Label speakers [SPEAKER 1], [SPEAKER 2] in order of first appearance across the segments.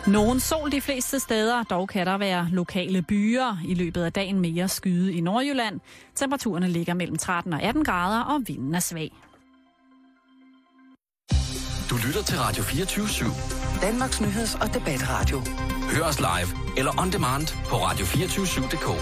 [SPEAKER 1] Nogen sol de fleste steder, dog kan der være lokale byer. I løbet af dagen mere skyde i Nordjylland. Temperaturerne ligger mellem 13 og 18 grader, og vinden er svag.
[SPEAKER 2] Du lytter til Radio 24/7.
[SPEAKER 3] Danmarks nyheds- og debatradio.
[SPEAKER 2] Hør os live eller on demand på radio247.dk.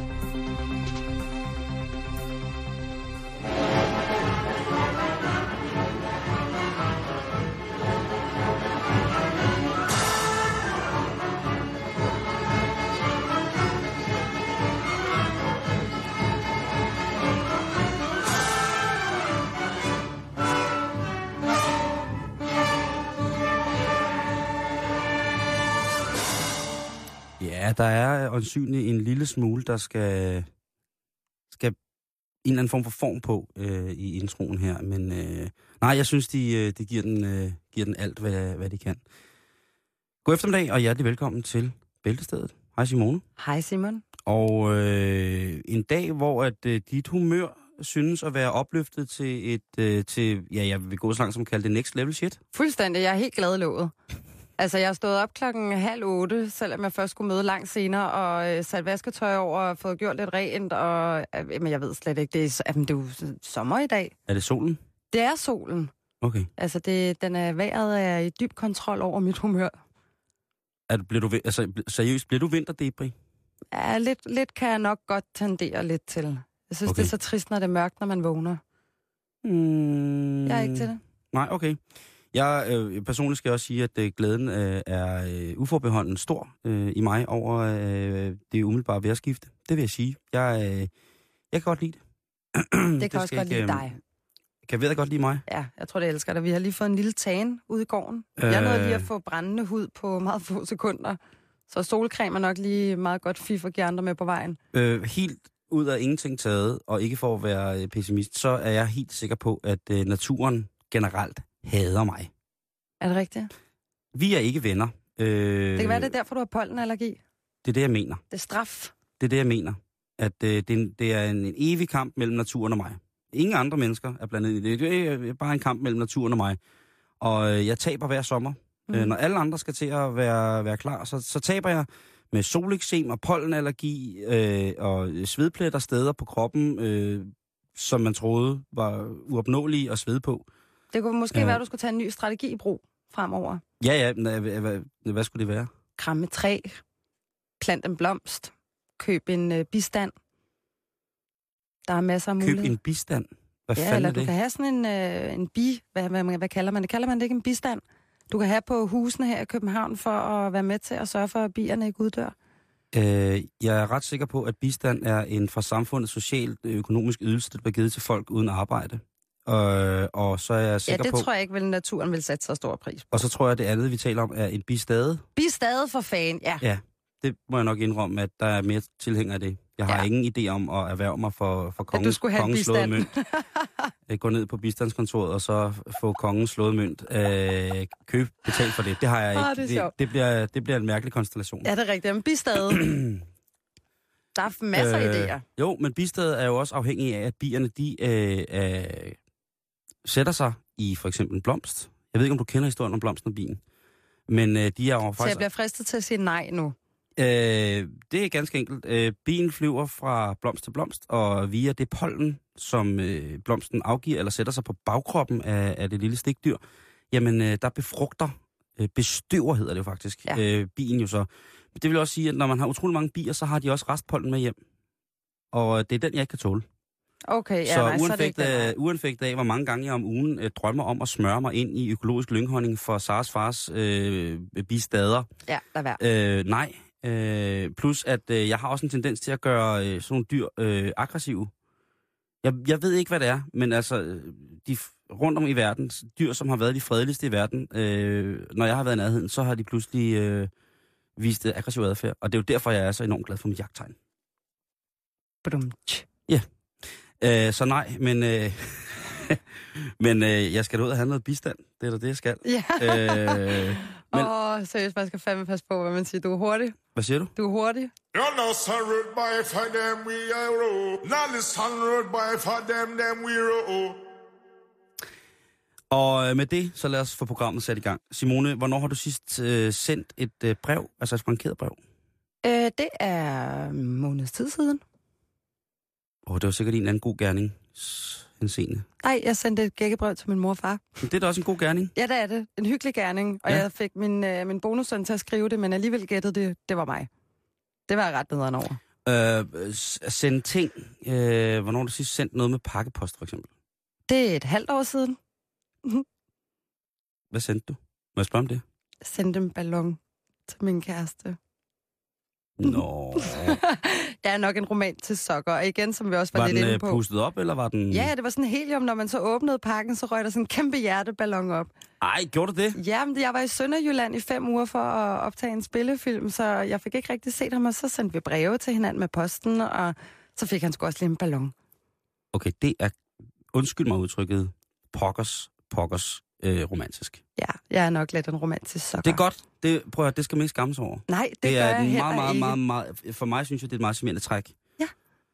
[SPEAKER 4] Ja, der er øjensynligt en lille smule, der skal en eller anden form for form på i introen her. Men nej, jeg synes, de giver den alt, hvad de kan. God eftermiddag, og hjertelig velkommen til Bæltestedet. Hej Simone.
[SPEAKER 5] Hej Simon.
[SPEAKER 4] Og en dag, hvor at dit humør synes at være opløftet til jeg vil gå så langt som at kalde det next level shit.
[SPEAKER 5] Fuldstændig, jeg er helt glad i låget. Altså, jeg stod op 7:30, selvom jeg først skulle møde langt senere, og sat vasketøj over og fået gjort lidt rent, og men jeg ved slet ikke, det er jo sommer i dag.
[SPEAKER 4] Er det solen?
[SPEAKER 5] Det er solen.
[SPEAKER 4] Okay.
[SPEAKER 5] Altså, vejret er i dyb kontrol over mit humør.
[SPEAKER 4] Seriøst, bliver du vinterdebri?
[SPEAKER 5] Ja, lidt kan jeg nok godt tendere lidt til. Jeg synes, Det er så trist, når det er mørkt, når man vågner. Jeg er ikke til det.
[SPEAKER 4] Nej, okay. Jeg personligt skal også sige, at glæden er uforbeholden stor i mig over det umiddelbare vejrskifte. Det vil jeg sige. Jeg kan godt lide det.
[SPEAKER 5] Det kan også godt lide dig.
[SPEAKER 4] Kan vejret godt lide mig?
[SPEAKER 5] Ja, jeg tror, det elsker dig. Vi har lige fået en lille tan ude i gården. Jeg nåede lige at få brændende hud på meget få sekunder. Så solcreme er nok lige meget godt fif at give andre med på vejen.
[SPEAKER 4] Helt ud af ingenting taget, og ikke for at være pessimist, så er jeg helt sikker på, at naturen generelt hader mig.
[SPEAKER 5] Er det rigtigt?
[SPEAKER 4] Vi er ikke venner.
[SPEAKER 5] Det kan være, det er derfor, du har pollenallergi.
[SPEAKER 4] Det er det, jeg mener.
[SPEAKER 5] Det er straf.
[SPEAKER 4] Det er det, jeg mener. At det er en evig kamp mellem naturen og mig. Ingen andre mennesker er blandet i det. Det er bare en kamp mellem naturen og mig. Og jeg taber hver sommer. Når alle andre skal til at være klar, så taber jeg med soleksem og pollenallergi og svedpletter steder på kroppen, som man troede var uopnåelige at svede på.
[SPEAKER 5] Det kunne måske være, at du skulle tage en ny strategi i brug fremover.
[SPEAKER 4] Ja, hvad skulle det være?
[SPEAKER 5] Kramme træ, plant en blomst, køb en bistand. Der er masser af muligheder.
[SPEAKER 4] Køb en bistand? Hvad
[SPEAKER 5] ja,
[SPEAKER 4] fanden
[SPEAKER 5] eller
[SPEAKER 4] er det?
[SPEAKER 5] du kan have sådan en hvad kalder man det? Kalder man det ikke en bistand? Du kan have på husene her i København for at være med til at sørge for, at bierne ikke uddør.
[SPEAKER 4] Jeg er ret sikker på, at bistand er en fra samfundet social økonomisk ydelse, der bliver givet til folk uden arbejde. Og så er jeg sikker på...
[SPEAKER 5] Ja, det tror jeg ikke, vel naturen vil sætte så stor pris på.
[SPEAKER 4] Og så tror jeg, at det andet, vi taler om, er en bistade.
[SPEAKER 5] Bistade for fan, ja.
[SPEAKER 4] Ja, det må jeg nok indrømme, at der er mere tilhænger af det. Jeg har ingen idé om at erhverve mig for kongens slåede mønt. Gå ned på bistandskontoret og så få kongens slåede mønt. Betal for det. Det har jeg ikke. Det bliver en mærkelig konstellation.
[SPEAKER 5] Ja, det er rigtigt. Men bistade... Der er masser af idéer.
[SPEAKER 4] Jo, men bistade er jo også afhængig af, at bierne de sætter sig i for eksempel en blomst. Jeg ved ikke, om du kender historien om blomsten og bien. Men de er jo faktisk...
[SPEAKER 5] Så jeg bliver fristet til at sige nej nu.
[SPEAKER 4] Det er ganske enkelt. Bien flyver fra blomst til blomst, og via det pollen, som blomsten afgiver, eller sætter sig på bagkroppen af det lille stikdyr, jamen der befrugter, bestøver hedder det jo faktisk, bien jo så. Det vil også sige, at når man har utrolig mange bier, så har de også restpollen med hjem. Og det er den, jeg ikke kan tåle.
[SPEAKER 5] Okay, ja,
[SPEAKER 4] så uanfægtet af, hvor mange gange jeg om ugen drømmer om at smøre mig ind i økologisk lynghonning for Sars fars bistader.
[SPEAKER 5] Ja, lad være.
[SPEAKER 4] Nej. Plus, at jeg har også en tendens til at gøre sådan nogle dyr aggressive. Jeg ved ikke, hvad det er, men altså, de rundt om i verden, dyr, som har været de fredeligste i verden, når jeg har været i nærheden, så har de pludselig vist aggressiv adfærd. Og det er jo derfor, jeg er så enormt glad for mit jagttegn. Ja. Så nej, men jeg skal da ud og have noget bistand. Det er da det, jeg skal.
[SPEAKER 5] Ja. Seriøst, man skal fandme passe på, hvad man siger. Du er hurtig.
[SPEAKER 4] Hvad siger du?
[SPEAKER 5] Du er hurtig.
[SPEAKER 6] You're not so rude boy for them we are rude. Not listen rude boy for them we rude.
[SPEAKER 4] Og med det, så lad os få programmet sat i gang. Simone, hvornår har du sidst sendt et brev, altså et frankeret brev?
[SPEAKER 5] Det er en måneds tid siden.
[SPEAKER 4] Det var sikkert en anden god gerning. En scene.
[SPEAKER 5] Nej, jeg sendte et gækkebrev til min mor og far.
[SPEAKER 4] Men det er da også en god gerning.
[SPEAKER 5] Ja, det er det. En hyggelig gerning. Og jeg fik min bonussøn til at skrive det, men alligevel gættede det var mig. Det var jeg ret nederen over.
[SPEAKER 4] Sende ting. Hvornår har du sidst sendt noget med pakkepost, for eksempel?
[SPEAKER 5] Det er et halvt år siden.
[SPEAKER 4] Hvad sendte du? Må jeg spørge om det?
[SPEAKER 5] Jeg sendte en ballon til min kæreste.
[SPEAKER 4] Nå.
[SPEAKER 5] Jeg er nok en romantisk sokker. Og igen, som vi også var lidt inde på.
[SPEAKER 4] Var den pustet op, eller var den...
[SPEAKER 5] Ja, det var sådan helium. Når man så åbnede pakken, så røg der sådan en kæmpe hjerteballon op.
[SPEAKER 4] Ej, gjorde du det?
[SPEAKER 5] Ja, men jeg var i Sønderjylland i 5 uger for at optage en spillefilm, så jeg fik ikke rigtig set ham, og så sendte vi breve til hinanden med posten, og så fik han sgu også lige en ballon.
[SPEAKER 4] Okay, det er, undskyld mig udtrykket, pokkers romantisk.
[SPEAKER 5] Ja, jeg er nok lidt en romantisk sokker.
[SPEAKER 4] Det er godt. Prøv at høre, det skal man ikke skamme sig over.
[SPEAKER 5] Nej, det gør jeg heller
[SPEAKER 4] meget, for mig synes jeg, det er et meget charmerende træk.
[SPEAKER 5] Ja.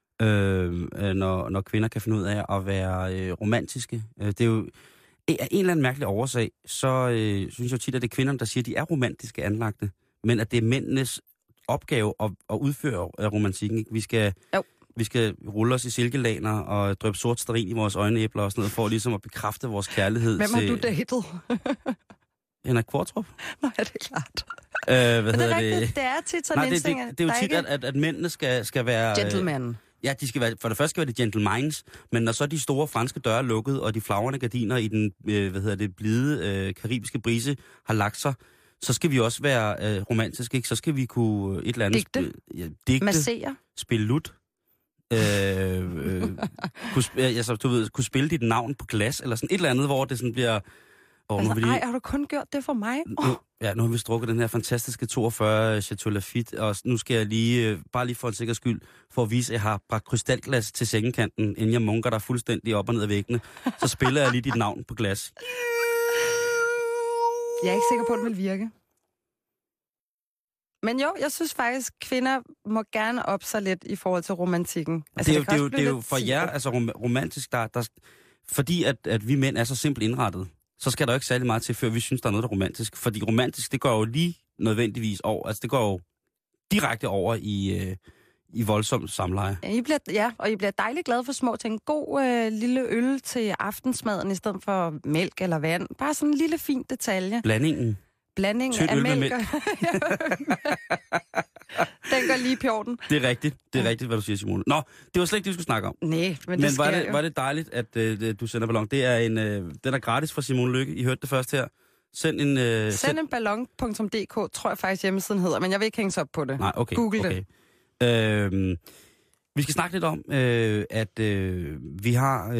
[SPEAKER 4] Når kvinder kan finde ud af at være romantiske. Det er jo af en eller anden mærkelig årsag, så synes jeg tit, at det er kvinderne, der siger, at de er romantiske anlagte, men at det er mændenes opgave at udføre romantikken. Ikke? Vi skal rulle os i silkelaner og drøbe sort stearin i vores øjenæbler og sådan noget, for ligesom at bekræfte vores kærlighed.
[SPEAKER 5] Hvem har du datet?
[SPEAKER 4] Henrik Kvartrup.
[SPEAKER 5] Nå, ja, det er klart.
[SPEAKER 4] Det er
[SPEAKER 5] rigtigt, det er tit sådan en instinkt.
[SPEAKER 4] Det er jo tit, at mændene skal være...
[SPEAKER 5] Gentleman.
[SPEAKER 4] Ja, de skal være, for det første skal være de gentlemans, men når så de store franske døre er lukket, og de flagrende gardiner i den blide karibiske brise har lagt sig, så skal vi også være romantiske, ikke? Så skal vi kunne et eller andet... Digte.
[SPEAKER 5] Massere.
[SPEAKER 4] Spille lut. Kunne spille dit navn på glas, eller sådan et eller andet, hvor det sådan bliver...
[SPEAKER 5] Ej, har du kun gjort det for mig?
[SPEAKER 4] Nu har vi strukket den her fantastiske 42 Chateau Lafite, og nu skal jeg lige, bare lige for en sikker skyld, for at vise, at jeg har bragt krystalglas til sengekanten, inden jeg munker dig fuldstændig op og ned ad væggene, så spiller jeg lige dit navn på glas.
[SPEAKER 5] Jeg er ikke sikker på, at det vil virke. Men jo, jeg synes faktisk, kvinder må gerne op sig lidt i forhold til romantikken. Altså,
[SPEAKER 4] det er jo for jer, altså romantisk, fordi at vi mænd er så simpelt indrettet, så skal der jo ikke særlig meget til, før vi synes, der er noget, der er romantisk. Fordi romantisk, det går jo lige nødvendigvis over, altså det går jo direkte over i voldsomt samleje.
[SPEAKER 5] Ja, og I bliver dejligt glade for små ting. God lille øl til aftensmaden i stedet for mælk eller vand. Bare sådan en lille fin detalje. Blandingen af mælk. Den går lige i pjorten.
[SPEAKER 4] Det er rigtigt, hvad du siger, Simone. Nå, det var slet ikke det, vi skulle snakke om.
[SPEAKER 5] Nej, men det
[SPEAKER 4] var det dejligt, at du sender ballon. Det er den er gratis fra Simone Lykke. I hørte det først her. Send en
[SPEAKER 5] ballon.dk, tror jeg faktisk hjemmesiden hedder, men jeg vil ikke hænge sig op på det.
[SPEAKER 4] Nej, okay.
[SPEAKER 5] Google det.
[SPEAKER 4] Vi skal snakke lidt om, at vi har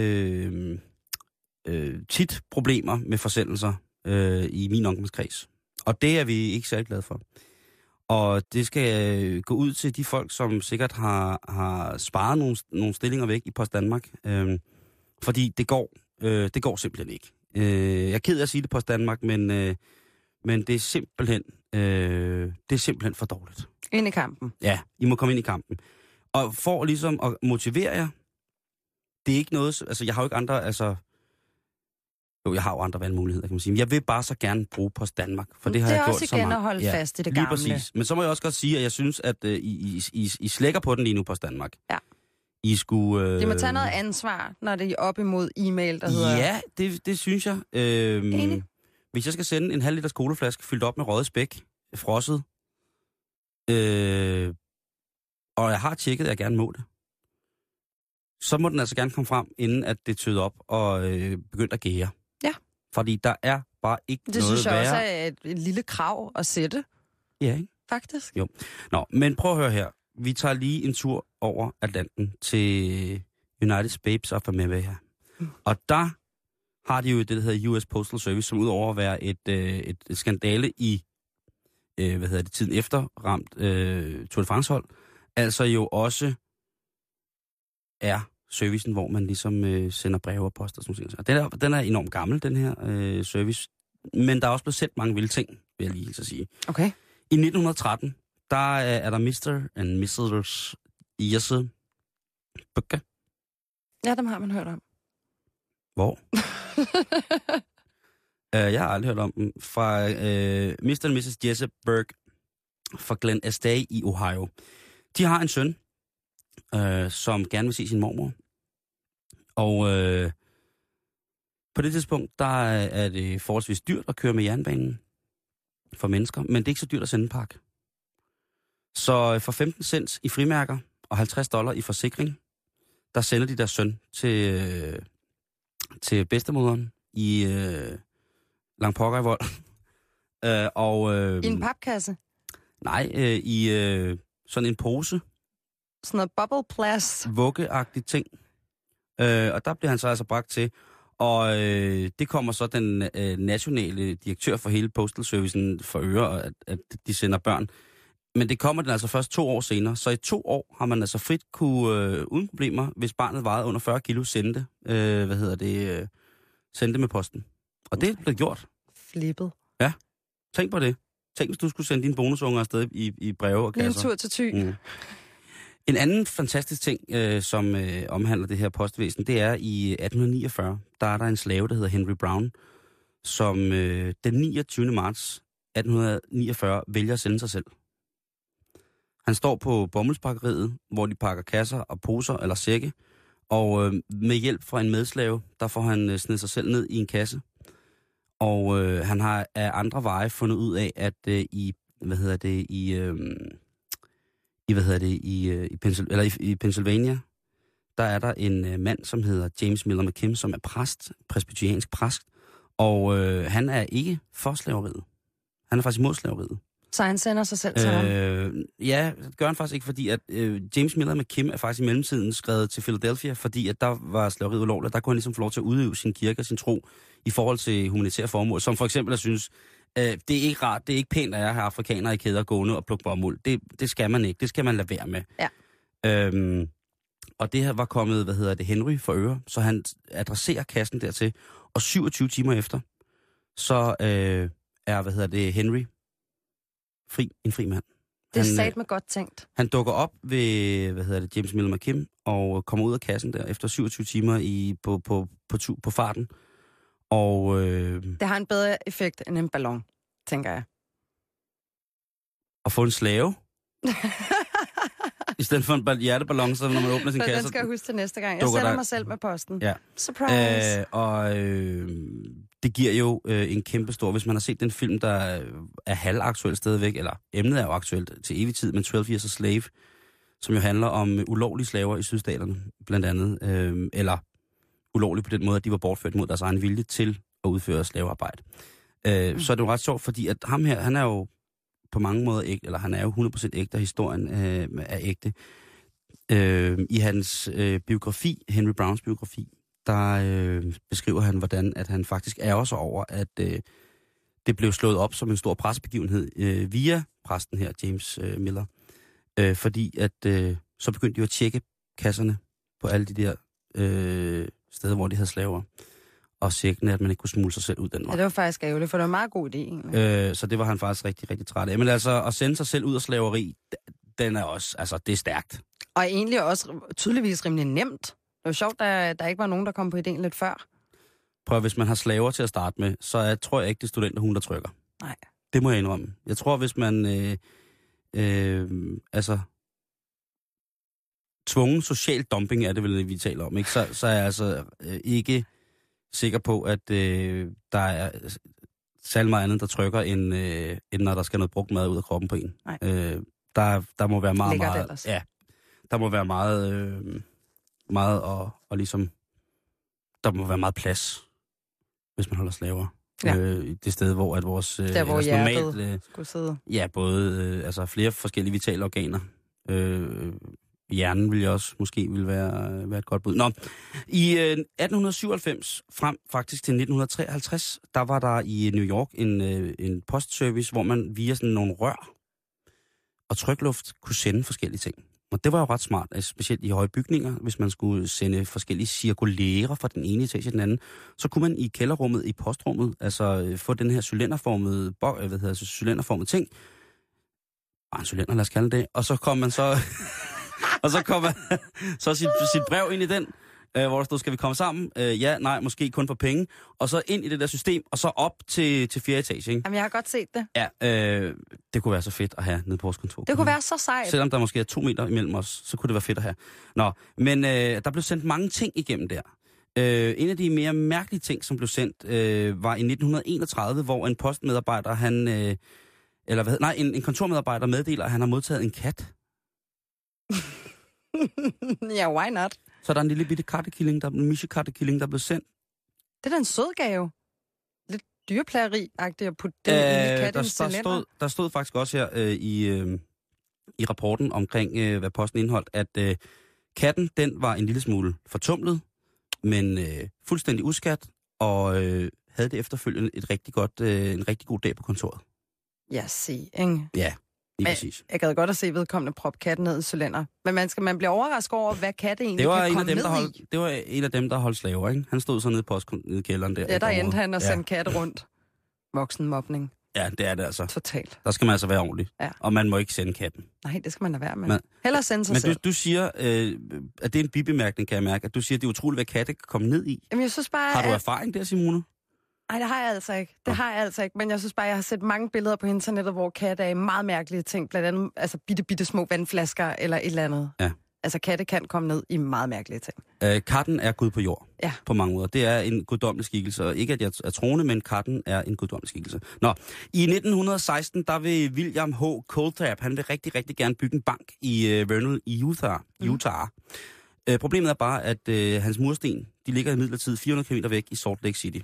[SPEAKER 4] tit problemer med forsendelser i min omgangskreds. Og det er vi ikke særlig glade for. Og det skal gå ud til de folk, som sikkert har sparet nogle stillinger væk i Post Danmark. Fordi det går simpelthen ikke. Jeg er ked af at sige det, Post Danmark, men det er simpelthen for dårligt.
[SPEAKER 5] Ind i kampen.
[SPEAKER 4] Ja, I må komme ind i kampen. Og for ligesom at motivere jer, det er ikke noget... Altså, jeg har jo ikke andre... Altså, jo, jeg har jo andre valgmuligheder, kan man sige. Men jeg vil bare så gerne bruge Post Danmark, for det har jeg gjort så meget.
[SPEAKER 5] Det er også igen at holde fast i det gamle.
[SPEAKER 4] Lige præcis. Men så må jeg også godt sige, at jeg synes, at I slækker på den lige nu, Post Danmark.
[SPEAKER 5] Ja.
[SPEAKER 4] I skulle...
[SPEAKER 5] De må tage noget ansvar, når det er op imod e-mail, der hedder...
[SPEAKER 4] Ja, det synes jeg. Hvis jeg skal sende en halv liters colaflaske fyldt op med røget spæk, frosset, og jeg har tjekket, at jeg gerne må det, så må den altså gerne komme frem, inden at det tøder op og begynder at gære.
[SPEAKER 5] Ja.
[SPEAKER 4] Fordi der er bare ikke
[SPEAKER 5] det
[SPEAKER 4] noget
[SPEAKER 5] synes jeg
[SPEAKER 4] værre.
[SPEAKER 5] også er et lille krav at sætte.
[SPEAKER 4] Ja, ikke?
[SPEAKER 5] Faktisk.
[SPEAKER 4] Jo. Nå, men prøv at høre her. Vi tager lige en tur over Atlanten til United Babes of America. Og der har de jo det, der hedder US Postal Service, som udover at være et skandale i tiden efter ramt Tour de France-hold, altså jo også er servicen, hvor man ligesom sender breve og post og sådan noget. Den er enormt gammel, den her service. Men der er også blevet sendt mange vilde ting, vil jeg lige så sige.
[SPEAKER 5] Okay.
[SPEAKER 4] I 1913, der er der Mr. and Mrs. Jesse Bøkke.
[SPEAKER 5] Ja, dem har man hørt om.
[SPEAKER 4] Hvor? Jeg har aldrig hørt om dem. Fra Mr. og Mrs. Jesse Berg fra Glen Estee i Ohio. De har en søn, som gerne vil se sin mormor. Og på det tidspunkt, der er det forholdsvis dyrt at køre med jernbanen for mennesker, men det er ikke så dyrt at sende en pakke. Så for 15 cents i frimærker og $50 i forsikring, der sender de deres søn til bedstemoderen i Langpokkervold.
[SPEAKER 5] I en papkasse?
[SPEAKER 4] Nej, i sådan en pose.
[SPEAKER 5] Sådan noget bubble-plast?
[SPEAKER 4] Vuggeagtig ting. Og der bliver han så altså bragt til. Og det kommer så den nationale direktør for hele Postal Servicen for øre, at de sender børn. Men det kommer den altså først 2 år senere. Så i 2 år har man altså frit kunne, uden problemer, hvis barnet vejede under 40 kilo, sende det med posten. Og det er blevet gjort.
[SPEAKER 5] Flippet.
[SPEAKER 4] Ja, tænk på det. Tænk, hvis du skulle sende dine bonusunger afsted i breve og kasser.
[SPEAKER 5] En tur til Thy. Mm.
[SPEAKER 4] En anden fantastisk ting, som omhandler det her postvæsen, det er i 1849, der er der en slave, der hedder Henry Brown, som den 29. marts 1849 vælger at sende sig selv. Han står på bomuldspakkeriet, hvor de pakker kasser og poser eller sække, og med hjælp fra en medslave, der får han snedet sig selv ned i en kasse. Og han har af andre veje fundet ud af, at i Pennsylvania, der er der en mand, som hedder James Miller McKim, som er præst, presbyteriansk præst, og han er ikke for slaveriet. Han er faktisk imod slaveriet.
[SPEAKER 5] Så han sender sig selv til ham?
[SPEAKER 4] Ja, det gør han faktisk ikke, fordi at James Miller McKim er faktisk i mellemtiden skrevet til Philadelphia, fordi at der var slaveriet ulovligt. Der kunne han ligesom få lov til at udøve sin kirke og sin tro i forhold til humanitære formål, som for eksempel at synes, det er ikke rart, det er ikke pænt at have afrikanere i kæder gående og plukke bomuld. Det skal man ikke, det skal man lade være med.
[SPEAKER 5] Ja.
[SPEAKER 4] Og det her var kommet, Henry for øre, så han adresserer kassen dertil, og 27 timer efter, så er, Henry en fri mand.
[SPEAKER 5] Det er satme godt tænkt.
[SPEAKER 4] Han dukker op ved, James Miller McKim, og kommer ud af kassen der efter 27 timer på farten. Og
[SPEAKER 5] det har en bedre effekt end en ballon, tænker jeg.
[SPEAKER 4] At få en slave? I stedet for en hjerteballon, så når man åbner sin kasse...
[SPEAKER 5] Den skal jeg huske til næste gang. Jeg sender mig selv med posten.
[SPEAKER 4] Ja.
[SPEAKER 5] Surprise!
[SPEAKER 4] Det giver jo en kæmpe stor... Hvis man har set den film, der er halvaktuel stadigvæk, eller emnet er jo aktuelt til evig tid, men 12 Years a Slave, som jo handler om ulovlige slaver i sydstaterne, blandt andet. Eller ulovlige på den måde, at de var bortført mod deres egen vilje til at udføre slavearbejde. Så er det jo ret sjovt, fordi at ham her, han er jo på mange måder ægte, eller han er jo 100% ægte, og historien er ægte. I hans biografi, Henry Browns biografi, der beskriver han, hvordan at han faktisk ærger sig over, at det blev slået op som en stor pressebegivenhed via præsten her, James Miller. Fordi at så begyndte de at tjekke kasserne på alle de der steder, hvor de havde slaver. Og sikre, at man ikke kunne smule sig selv ud den vej.
[SPEAKER 5] Ja, det var faktisk ærgerligt, for det var en meget god idé.
[SPEAKER 4] Så det var han faktisk rigtig, rigtig træt af. Men altså, at sende sig selv ud af slaveri, den er også, altså, det er stærkt.
[SPEAKER 5] Og egentlig også tydeligvis rimelig nemt. Det var sjovt, at der ikke var nogen, der kom på ideen lidt før.
[SPEAKER 4] Prøv, hvis man har slaver til at starte med, så tror jeg ikke, det er studenterhund, der trykker.
[SPEAKER 5] Nej.
[SPEAKER 4] Det må jeg indrømme. Jeg tror, hvis man, tvungen social dumping er det vel, vi taler om, ikke? Så er jeg altså ikke sikker på, at der er særlig meget andet, der trykker, end når der skal noget brugt mad ud af kroppen på en. Der må være meget... Ja, der må være meget og ligesom... Der må være meget plads, hvis man holder slaver.
[SPEAKER 5] Ja.
[SPEAKER 4] Det sted, hvor at vores...
[SPEAKER 5] Der, hvor hjertet skulle sidde.
[SPEAKER 4] Ja, både flere forskellige vitale organer. Hjernen ville jo også måske ville være et godt bud. Nå, i 1897 frem faktisk til 1953, der var der i New York en postservice, hvor man via sådan nogle rør og trykluft kunne sende forskellige ting. Og det var jo ret smart, altså specielt i høje bygninger, hvis man skulle sende forskellige cirkulære fra den ene etage til den anden, så kunne man i kælderrummet, i postrummet, altså få den her cylinderformede ting. En cylinder, lad os kalde det. Og så kom man så... og så kom man så sit brev ind i den, hvor der stod, skal vi komme sammen? Ja, nej, måske kun for penge. Og så ind i det der system, og så op til 4. etage, ikke?
[SPEAKER 5] Jamen, jeg har godt set det.
[SPEAKER 4] Ja, det kunne være så fedt at have nede på vores kontor.
[SPEAKER 5] Det kunne være så sejt.
[SPEAKER 4] Selvom der måske er 2 meter imellem os, så kunne det være fedt at have. Nå, men der blev sendt mange ting igennem der. En af de mere mærkelige ting, som blev sendt, var i 1931, hvor en postmedarbejder, en kontormedarbejder meddeler, at han har modtaget en kat.
[SPEAKER 5] Ja, why not?
[SPEAKER 4] Så er der en lille bitte kattekilling, en mischekattekilling, der blev sendt.
[SPEAKER 5] Det er da en sød gave. Lidt dyreplageri-agtigt at putte den i kattens cylinder.
[SPEAKER 4] Der stod faktisk også her i rapporten omkring, hvad posten indeholdt, at katten, den var en lille smule fortumlet, men fuldstændig uskat, og havde det efterfølgende en rigtig god dag på kontoret.
[SPEAKER 5] Ja, se, ikke?
[SPEAKER 4] Ja, lige præcis.
[SPEAKER 5] Jeg gad godt at se vedkommende proppe katten ned i cylinder. Men man bliver overrasket over, hvad katte egentlig kan komme ned i.
[SPEAKER 4] Det var en af dem, der holdt slaver, ikke? Han stod så nede i kælderen der.
[SPEAKER 5] Ja, der endte han og sendte katte rundt. Voksenmobning.
[SPEAKER 4] Ja, det er det altså.
[SPEAKER 5] Totalt.
[SPEAKER 4] Der skal man altså være ordentlig. Ja. Og man må ikke sende katten.
[SPEAKER 5] Nej, det skal man da være med. Hellere sende sig selv.
[SPEAKER 4] Men du siger, at det er en bibemærkning, kan jeg mærke, at du siger, at det er utroligt, hvad katte kan komme ned i.
[SPEAKER 5] Jamen, jeg synes bare,
[SPEAKER 4] har du erfaring der, Simone?
[SPEAKER 5] Nej, det har jeg altså ikke. Men jeg synes bare, jeg har set mange billeder på internettet, hvor katte er i meget mærkelige ting. Blandt andet altså bitte små vandflasker eller et eller andet. Ja. Altså katte kan komme ned i meget mærkelige ting.
[SPEAKER 4] Katten er Gud på jord. Ja. På mange måder. Det er en guddommelig skikkelse. Og ikke at jeg er troende, men katten er en guddommelig skikkelse. Nå, i 1916, der vil William H. Colthap, han vil rigtig, rigtig gerne bygge en bank i Vernal i Utah. Problemet er bare, at hans mursten, de ligger imidlertid 400 km væk i Salt Lake City.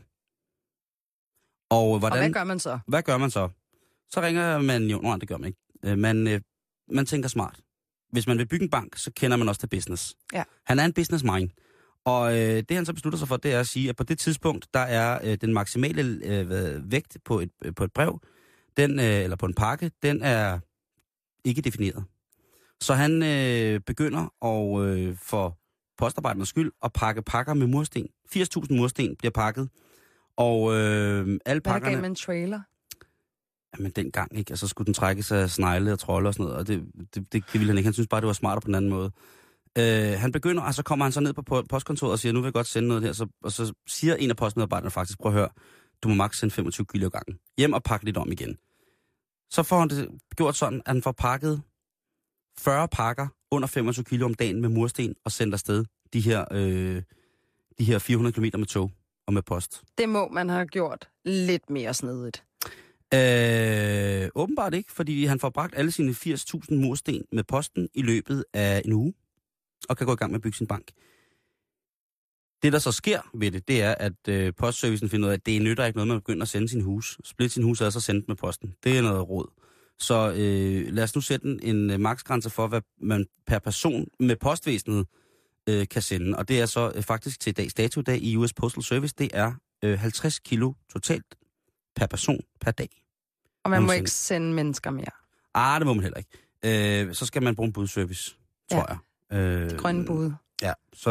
[SPEAKER 4] Og hvad
[SPEAKER 5] gør man så?
[SPEAKER 4] Hvad gør man så? Så ringer man jo... Nej, det gør man ikke. Man tænker smart. Hvis man vil bygge en bank, så kender man også til business. Ja. Han er en businessmind. Og det han så beslutter sig for, det er at sige, at på det tidspunkt, der er den maksimale vægt på et brev, eller på en pakke, den er ikke defineret. Så han begynder at for postarbejdernes skyld at pakke pakker med mursten. 80.000 mursten bliver pakket. Og alle pakkerne...
[SPEAKER 5] Hvad gav man en trailer?
[SPEAKER 4] Jamen dengang, ikke? Altså skulle den trækkes af snegle og trolde og sådan noget, og det ville han ikke. Han synes bare, det var smartere på den anden måde. Han begynder, og så kommer han så ned på postkontoret og siger, nu vil jeg godt sende noget her. Og så siger en af postmedarbejderne faktisk, prøv at høre, du må maks sende 25 kilo gangen. Hjem og pakke lidt om igen. Så får han det gjort sådan, at han får pakket 40 pakker under 25 kilo om dagen med mursten og sendt afsted de her 400 km med tog og med post.
[SPEAKER 5] Det må man have gjort lidt mere snedigt.
[SPEAKER 4] Åbenbart ikke, fordi han får bragt alle sine 80.000 mursten med posten i løbet af en uge, og kan gå i gang med at bygge sin bank. Det, der så sker ved det er, at postservicen finder ud af, at det nytter ikke noget, man begynder at sende sin hus. Split sin hus og så sende med posten. Det er noget råd. Så lad os nu sætte en maksgrænse for, hvad man per person med postvæsenet kan sende. Og det er så faktisk til dags dato dag i US Postal Service, det er 50 kilo totalt per person per dag.
[SPEAKER 5] Og man må ikke sende mennesker mere?
[SPEAKER 4] Det må man heller ikke. Så skal man bruge en budservice, tror jeg.
[SPEAKER 5] De grønne bud.
[SPEAKER 4] Ja,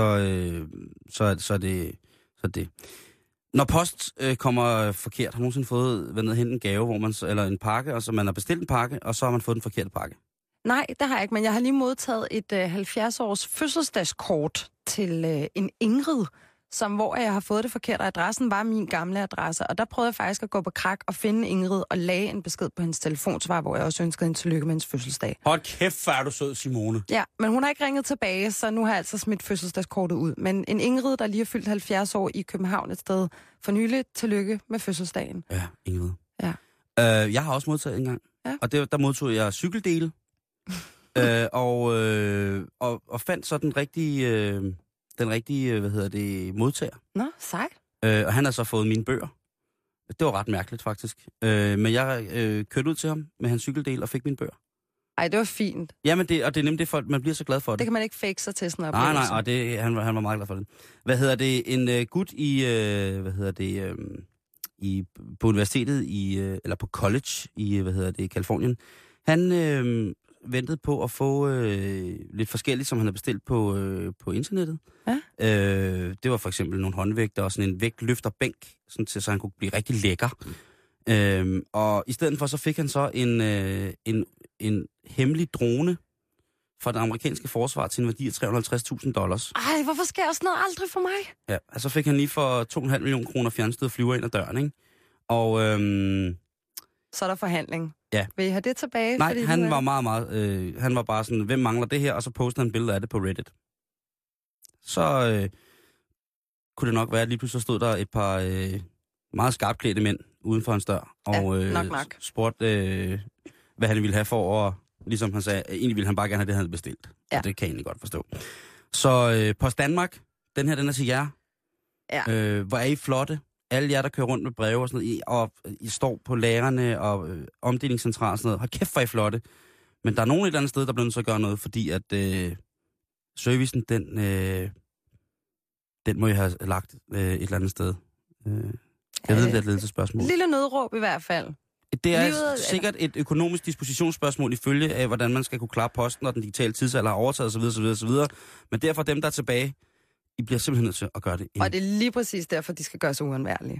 [SPEAKER 4] så det. Når post kommer forkert, har man nogensinde fået været nede og hente en gave, eller en pakke, og så man har bestilt en pakke, og så har man fået den forkerte pakke?
[SPEAKER 5] Nej, det har jeg ikke, men jeg har lige modtaget et 70-års fødselsdagskort til en Ingrid, hvor jeg har fået det forkerte. Adressen var min gamle adresse, og der prøvede jeg faktisk at gå på krak og finde Ingrid og lagde en besked på hendes telefonsvar, hvor jeg også ønskede hende tillykke med hendes fødselsdag.
[SPEAKER 4] Hold kæft, hvor er du sød, Simone.
[SPEAKER 5] Ja, men hun har ikke ringet tilbage, så nu har jeg altså smidt fødselsdagskortet ud. Men en Ingrid, der lige har fyldt 70 år i København et sted for nylig, tillykke med fødselsdagen.
[SPEAKER 4] Ja, Ingrid.
[SPEAKER 5] Ja.
[SPEAKER 4] Jeg har også modtaget en gang, og der modtog jeg cykeldele, og fandt så den rigtige modtager.
[SPEAKER 5] Nå, sejt.
[SPEAKER 4] Og han har så fået mine bøger. Det var ret mærkeligt, faktisk. Men jeg kørte ud til ham med hans cykeldel og fik mine bøger.
[SPEAKER 5] Ej, det var fint.
[SPEAKER 4] Jamen, det er nemlig det, for man bliver så glad for det.
[SPEAKER 5] Det kan man ikke fake sig til sådan en
[SPEAKER 4] oplevelse. Nej, og han var meget glad for det. En gut på universitetet eller på college i Californien. Han ventede på at få lidt forskelligt, som han havde bestilt på internettet. Ja. Det var for eksempel nogle håndvægter og sådan en vægtløfterbænk, sådan så han kunne blive rigtig lækker. Og i stedet for, så fik han så en hemmelig drone fra det amerikanske forsvar til en værdi af $350,000.
[SPEAKER 5] Ej, hvorfor sker sådan noget aldrig for mig?
[SPEAKER 4] Ja, altså fik han lige for 2,5 millioner kroner fjernstød flyver ind ad døren, ikke? Og
[SPEAKER 5] så er der forhandling.
[SPEAKER 4] Ja.
[SPEAKER 5] Vil I have det tilbage?
[SPEAKER 4] Nej, han var meget, han var bare sådan, hvem mangler det her? Og så postede han billeder af det på Reddit. Så kunne det nok være, at lige pludselig stod der et par meget skarpklædte mænd uden for hans dør. Og
[SPEAKER 5] nok.
[SPEAKER 4] spurgte, hvad han ville have for at, ligesom han sagde, egentlig ville han bare gerne have det, han havde bestilt.
[SPEAKER 5] Ja.
[SPEAKER 4] Og det kan jeg egentlig godt forstå. Så Post Danmark, den er til jer.
[SPEAKER 5] Ja.
[SPEAKER 4] Hvor er I flotte? Alle jer, der kører rundt med breve og sådan noget, og I står på lagerne og omdelingscentraler og sådan noget. Hold kæft, hvor er I flotte. Men der er nogen et eller andet sted, der bliver nødt til at gøre noget, fordi at servicen, den må I have lagt et eller andet sted. Jeg ved, det er et ledelsesspørgsmål.
[SPEAKER 5] Lille nødråb i hvert fald.
[SPEAKER 4] Det er sikkert et økonomisk dispositionsspørgsmål i følge af, hvordan man skal kunne klare posten, og den digitale tidsalder har overtaget osv. Men derfor dem, der er tilbage, I bliver simpelthen nødt til at gøre det.
[SPEAKER 5] Og det er lige præcis derfor, de skal gøre sig uundværlige.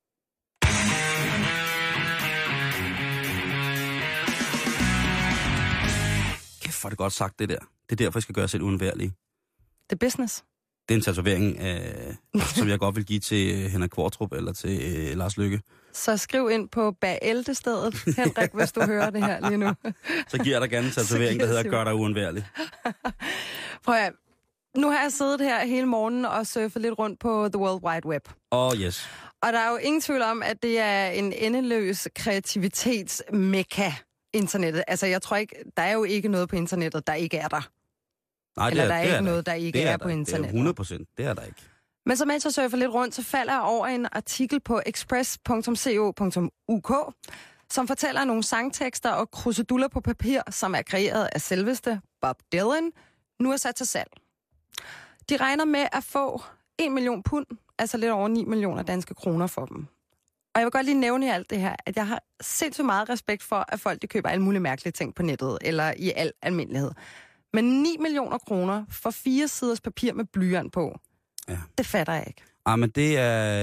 [SPEAKER 4] Kæft, hvor er det godt sagt, det der. Det er derfor, I skal gøre sig selv uundværlige.
[SPEAKER 5] Det er business.
[SPEAKER 4] Det er en tatovering, som jeg godt vil give til Henrik Kvartrup eller til Lars Løkke.
[SPEAKER 5] Så skriv ind på Bag-Elde-stedet, Henrik, hvis du hører det her lige nu.
[SPEAKER 4] Så giver jeg dig gerne en tatovering, der hedder Gør dig uundværlig.
[SPEAKER 5] Prøv at nu har jeg siddet her hele morgenen og surfet lidt rundt på The World Wide Web.
[SPEAKER 4] Yes.
[SPEAKER 5] Og der er jo ingen tvivl om, at det er en endeløs kreativitetsmekka, internettet. Altså, jeg tror ikke, der er jo ikke noget på internettet, der ikke er der.
[SPEAKER 4] Nej,
[SPEAKER 5] eller der er ikke noget, der ikke er på internettet.
[SPEAKER 4] Det er 100%, det er der ikke.
[SPEAKER 5] Men så mens jeg surfer lidt rundt, så falder jeg over en artikel på express.co.uk, som fortæller nogle sangtekster og kruseduller på papir, som er kreeret af selveste Bob Dylan, nu er sat til salg. De regner med at få 1 million pund, altså lidt over 9 millioner danske kroner for dem. Og jeg vil godt lige nævne i alt det her, at jeg har sindssygt meget respekt for, at folk de køber alle mulige mærkelige ting på nettet, eller i al almindelighed. Men 9 millioner kroner for 4 siders papir med blyant på, det fatter jeg ikke.
[SPEAKER 4] Men det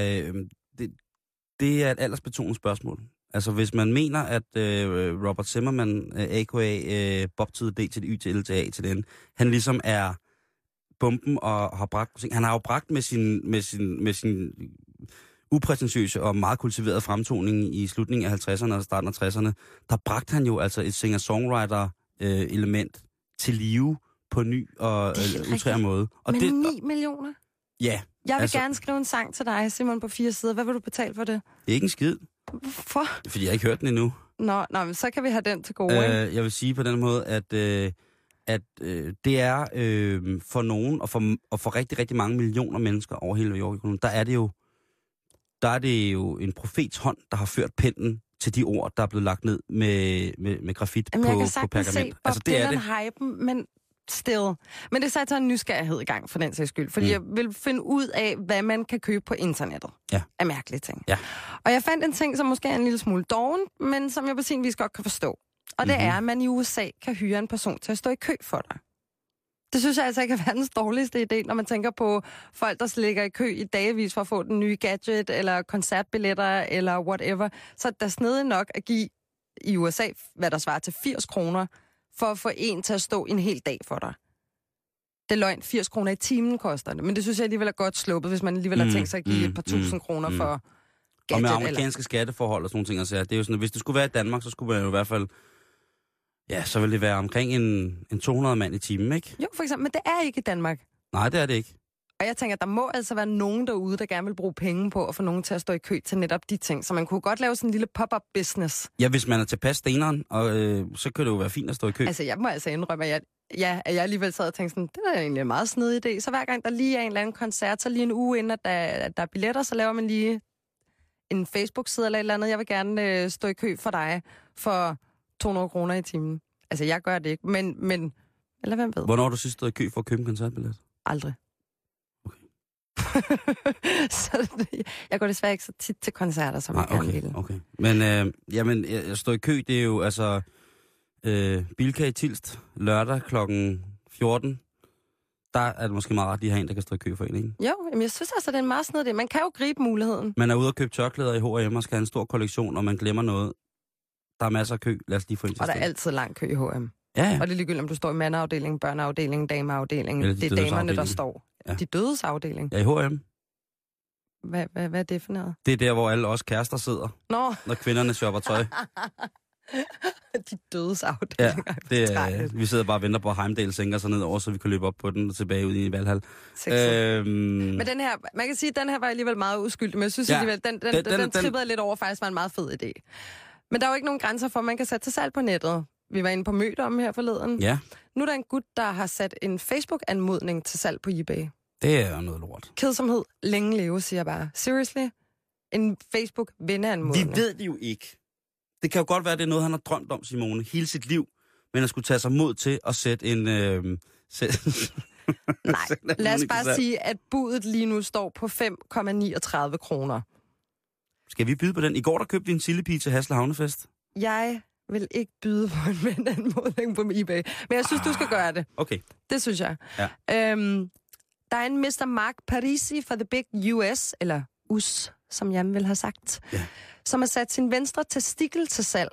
[SPEAKER 4] er et aldersbetonet spørgsmål. Altså, hvis man mener, at Robert Zimmerman, a.k.a. Bob to the D til det Y til L til A til den, han ligesom er bomben og har bragt... Han har jo bragt med sin uprætentiøse og meget kultiverede fremtoning i slutningen af 50'erne og starten af 60'erne, der bragte han jo altså et singer-songwriter-element til live på en ny og utrær måde. Og
[SPEAKER 5] men 9 millioner?
[SPEAKER 4] Ja.
[SPEAKER 5] Jeg vil gerne skrive en sang til dig, Simon, på 4 sider. Hvad vil du betale for det?
[SPEAKER 4] Det er ikke en skid.
[SPEAKER 5] Hvorfor?
[SPEAKER 4] Fordi jeg ikke hørt den endnu.
[SPEAKER 5] Nå, men så kan vi have den til gode, ikke?
[SPEAKER 4] Jeg vil sige på den måde, at det er for nogen, og for rigtig, rigtig mange millioner mennesker over hele jordkuglen, der er det jo en profets hånd, der har ført pennen til de ord, der er blevet lagt ned med grafit på pergament.
[SPEAKER 5] Jeg kan sagtens se Bob Dylan-hypen, men still. Men det satte en nysgerrighed i gang for den sags skyld, fordi jeg vil finde ud af, hvad man kan købe på internettet af mærkelige ting.
[SPEAKER 4] Ja.
[SPEAKER 5] Og jeg fandt en ting, som måske er en lille smule doven, men som jeg på sin vis godt kan forstå. Og det er, at man i USA kan hyre en person til at stå i kø for dig. Det synes jeg altså ikke er verdens dårligste idé, når man tænker på folk, der ligger i kø i dagevis for at få den nye gadget, eller koncertbilletter, eller whatever. Så der er snedigt nok at give i USA, hvad der svarer til 80 kroner, for at få en til at stå en hel dag for dig. Det er løgn, 80 kroner i timen koster det, men det synes jeg alligevel er godt sluppet, hvis man alligevel har tænkt sig at give et par tusind kroner for gadget.
[SPEAKER 4] Og med amerikanske skatteforhold og sådan nogle ting, altså, det er jo sådan, at hvis det skulle være i Danmark, så skulle man jo i hvert fald... Ja, så vil det være omkring en 200 mand i timen, ikke?
[SPEAKER 5] Jo, for eksempel, men det er ikke i Danmark.
[SPEAKER 4] Nej, det er det ikke.
[SPEAKER 5] Og jeg tænker, der må altså være nogen derude, der gerne vil bruge penge på at få nogen til at stå i kø til netop de ting. Så man kunne godt lave sådan en lille pop-up business.
[SPEAKER 4] Ja, hvis man er tilpas steneren, og så kan det jo være fint at stå i kø.
[SPEAKER 5] Altså, jeg må altså indrømme, at jeg alligevel sad og tænkte sådan, det er egentlig en meget snedig idé. Så hver gang der lige er en eller anden koncert, så lige en uge inden, at der er billetter, så laver man lige en Facebook-side eller et eller andet. Jeg vil gerne stå i kø for dig for 200 kroner i timen. Altså, jeg gør det ikke, men eller hvem ved?
[SPEAKER 4] Hvornår har du sidst stået i kø for at købe en koncertbillet?
[SPEAKER 5] Aldrig.
[SPEAKER 4] Okay.
[SPEAKER 5] Så jeg går desværre ikke så tit til koncerter, som jeg gerne vil.
[SPEAKER 4] Okay. Men jeg står i kø, det er jo altså Bilka i Tilst lørdag klokken 14. Der er det måske meget ret lige at have en, der kan stå i kø for en, ikke?
[SPEAKER 5] Jo, men jeg synes altså, det er en meget snedig. Man kan jo gribe muligheden.
[SPEAKER 4] Man er ude og købe tørklæder i H&M og skal have en stor kollektion, og man glemmer noget. Der er masser af kø. Lad os lige få ind til
[SPEAKER 5] og der er altid lang kø i H&M.
[SPEAKER 4] Ja.
[SPEAKER 5] Og det er ligegyldigt, om du står i mandeafdelingen, børneafdelingen, dameafdelingen.
[SPEAKER 4] Eller de
[SPEAKER 5] Det er
[SPEAKER 4] dødes
[SPEAKER 5] damerne, der
[SPEAKER 4] afdeling.
[SPEAKER 5] står.
[SPEAKER 4] Ja.
[SPEAKER 5] De dødes afdeling.
[SPEAKER 4] Ja, i H&M.
[SPEAKER 5] Hvad er det for noget?
[SPEAKER 4] Det er der, hvor alle os kærester sidder,
[SPEAKER 5] Nå,
[SPEAKER 4] når kvinderne shopper tøj.
[SPEAKER 5] de dødes
[SPEAKER 4] Ja,
[SPEAKER 5] afdelinger.
[SPEAKER 4] det er, vi sidder bare og venter på, at Heimdall sænker sig ned over, så vi kan løbe op på den og tilbage ud i Valhall. Men
[SPEAKER 5] den her, man kan sige, at den her var alligevel meget uskyldig, men jeg synes alligevel, den trippede lidt over, faktisk var en meget fed idé. Men der er jo ikke nogen grænser for, at man kan sætte til salg på nettet. Vi var inde på Mødom her forleden.
[SPEAKER 4] Ja.
[SPEAKER 5] Nu er der en gut, der har sat en Facebook-anmodning til salg på eBay.
[SPEAKER 4] Det er jo noget lort.
[SPEAKER 5] Kedsomhed, længe leve, siger jeg bare. Seriously? En Facebook-venneanmodning.
[SPEAKER 4] Vi ved det jo ikke. Det kan jo godt være, at det er noget, han har drømt om, Simone, hele sit liv, men han skulle tage sig mod til at sætte en...
[SPEAKER 5] Nej, lad os bare sige, at budet lige nu står på 5,39 kroner.
[SPEAKER 4] Skal vi byde på den? I går der købte vi en sillepige til Hasle Havnefest.
[SPEAKER 5] Jeg vil ikke byde på en venneanmodning på eBay, men jeg synes, du skal gøre det.
[SPEAKER 4] Okay.
[SPEAKER 5] Det synes jeg.
[SPEAKER 4] Ja.
[SPEAKER 5] Der er en Mr. Mark Parisi fra The Big US, eller US, som Jan vil have sagt, som har sat sin venstre testikel til salg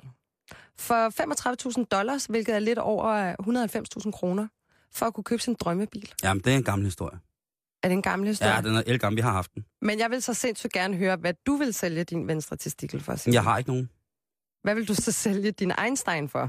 [SPEAKER 5] for $35,000, hvilket er lidt over 190.000 kroner, for at kunne købe sin drømmebil.
[SPEAKER 4] Jamen, det er en gammel historie.
[SPEAKER 5] Er det en gammel historie?
[SPEAKER 4] Ja, den er elgammel. Vi har haft den.
[SPEAKER 5] Men jeg vil så sindssygt gerne høre, hvad du vil sælge din venstre testikel for. Simon.
[SPEAKER 4] Jeg har ikke nogen.
[SPEAKER 5] Hvad vil du så sælge din Einstein for?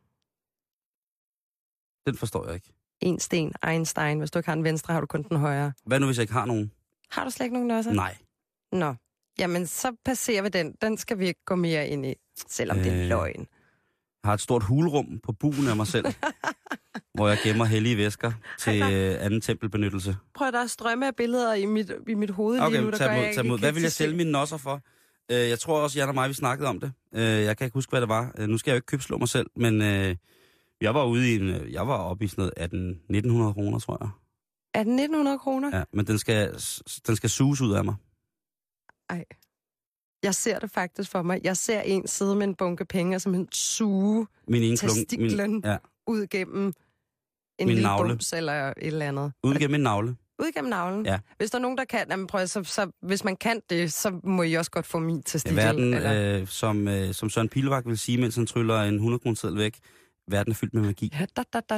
[SPEAKER 4] Den forstår jeg ikke.
[SPEAKER 5] En sten, Einstein. Hvis du ikke har den venstre, har du kun den højre.
[SPEAKER 4] Hvad nu, hvis jeg ikke har nogen?
[SPEAKER 5] Har du slet ikke nogen også?
[SPEAKER 4] Nej.
[SPEAKER 5] Nå. Jamen, så passerer vi den. Den skal vi ikke gå mere ind i, selvom det er løgn.
[SPEAKER 4] Jeg har et stort hulrum på bugen af mig selv, hvor jeg gemmer hellige væsker til anden tempelbenyttelse.
[SPEAKER 5] Prøv, der er strømme af billeder i mit hoved lige nu, der gør jeg ikke.
[SPEAKER 4] Tag mod. Hvad vil jeg sælge mine nosser for? Jeg tror også, Jan og mig, vi snakkede om det. Jeg kan ikke huske, hvad det var. Nu skal jeg jo ikke købslå mig selv, men jeg var ude i jeg var oppe i sådan noget 1.900 kroner, tror jeg.
[SPEAKER 5] Er den 1.900 kroner?
[SPEAKER 4] Ja, men den skal suges ud af mig.
[SPEAKER 5] Ej. Jeg ser det faktisk for mig. Jeg ser en sidde med en bunke penge, og simpelthen suge testiklen ud gennem en lille bums eller et eller andet.
[SPEAKER 4] Ud gennem en navle.
[SPEAKER 5] Ud gennem navlen?
[SPEAKER 4] Ja.
[SPEAKER 5] Hvis der er nogen, der kan, jamen prøv, så hvis man kan det, så må I også godt få min testikel.
[SPEAKER 4] Verden, som Søren Pilvak vil sige, mens han tryller en 100-kroneseddel væk, verden er fyldt med magi.
[SPEAKER 5] Ja,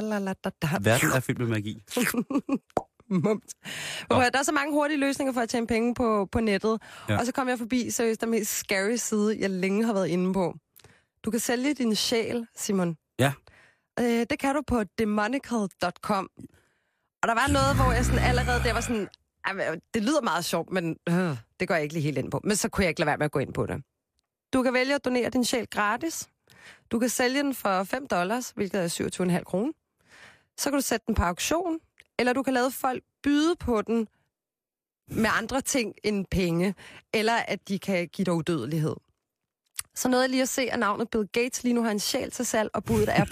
[SPEAKER 4] Verden er fyldt med magi.
[SPEAKER 5] Mums. Der er så mange hurtige løsninger for at tjene penge på nettet. Ja. Og så kom jeg forbi seriøst den mest scary side, jeg længe har været inde på. Du kan sælge din sjæl, Simon.
[SPEAKER 4] Ja.
[SPEAKER 5] Det kan du på demonical.com. Og der var noget, hvor jeg sådan allerede der var sådan, det lyder meget sjovt, men det går jeg ikke lige helt ind på. Men så kunne jeg ikke lade være med at gå ind på det. Du kan vælge at donere din sjæl gratis. Du kan sælge den for $5, hvilket er 27,5 kroner. Så kan du sætte den på auktion, eller du kan lade folk byde på den med andre ting end penge, eller at de kan give dig udødelighed. Så nåede jeg lige at se, at navnet Bill Gates lige nu har en sjæl til salg, og budet er på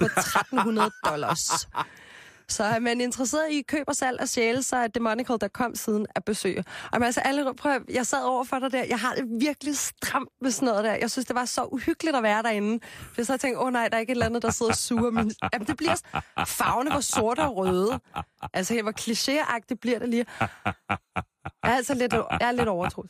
[SPEAKER 5] $1.300. Så er man interesseret i køb og salg af sjæle, så er demonical.com siden at besøge. Og altså, prøv, jeg sad over for dig der. Jeg har det virkelig stramt med sådan noget der. Jeg synes, det var så uhyggeligt at være derinde. For så tænkte jeg, nej, der er ikke et eller andet, der sidder og suger. Men jamen, det bliver farverne var sorte og røde. Altså, hvor klichéagtigt bliver det lige. Jeg er lidt overtroet.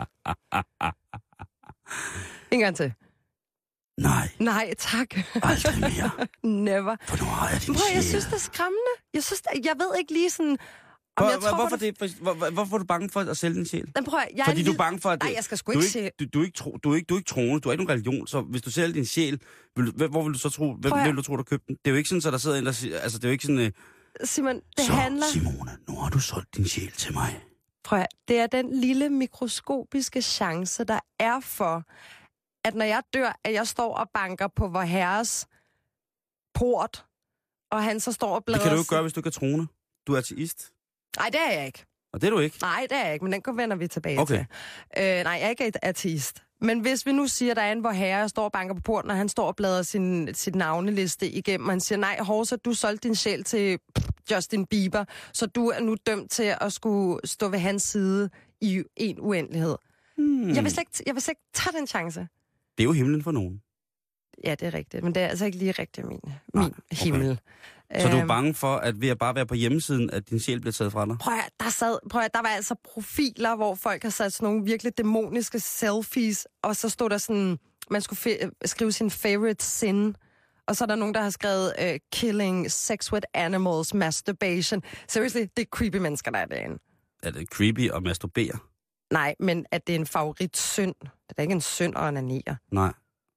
[SPEAKER 5] En gang til. Nej, tak.
[SPEAKER 4] Aldrig mere.
[SPEAKER 5] Never.
[SPEAKER 4] For nu har jeg din sjæl.
[SPEAKER 5] Jeg synes, det er skræmmende. Jeg ved ikke lige sådan...
[SPEAKER 4] Hvorfor er du bange for at sælge din sjæl?
[SPEAKER 5] Fordi
[SPEAKER 4] du er bange for, at...
[SPEAKER 5] Nej, jeg skal sgu ikke se...
[SPEAKER 4] Du er ikke troende, du har ikke nogen religion, så hvis du sælger din sjæl, hvor vil du så tro, hvem vil du tro, der købte den? Det er jo ikke sådan, så der sidder en, der siger... Altså, det er jo ikke sådan...
[SPEAKER 5] Simon, handler...
[SPEAKER 4] Simone, nu har du solgt din sjæl til mig.
[SPEAKER 5] Prøv at, det er den lille mikroskopiske chance, der er for, at når jeg dør, at jeg står og banker på vor herres port, og han så står og bladrer...
[SPEAKER 4] Det kan du ikke gøre, hvis du ikke er troende. Du er ateist.
[SPEAKER 5] Nej, det er jeg ikke.
[SPEAKER 4] Og det er du ikke?
[SPEAKER 5] Nej, det er jeg ikke, men den vender vi tilbage til. Nej, jeg er ikke ateist. Men hvis vi nu siger, at der er en vor herre, står og banker på porten, og han står og bladrer sin navneliste igennem, og han siger, nej, Horsa, du solgte din sjæl til Justin Bieber, så du er nu dømt til at skulle stå ved hans side i en uendelighed. Jeg vil slet ikke tage den chance.
[SPEAKER 4] Det er jo himlen for nogen.
[SPEAKER 5] Ja, det er rigtigt, men det er altså ikke lige rigtig min himmel.
[SPEAKER 4] Så du er bange for, at ved at bare være på hjemmesiden, at din sjæl bliver taget fra dig?
[SPEAKER 5] Prøv at, der var altså profiler, hvor folk har sat sådan nogle virkelig dæmoniske selfies, og så stod der sådan, man skulle skrive sin favorite sin, Og så er der nogen, der har skrevet killing, sex with animals, masturbation. Seriously, det er creepy mennesker, der er derinde.
[SPEAKER 4] Er det creepy at masturbere?
[SPEAKER 5] Nej, men at det er en favoritsynd. Det er da ikke en synd og en anerer.
[SPEAKER 4] Nej.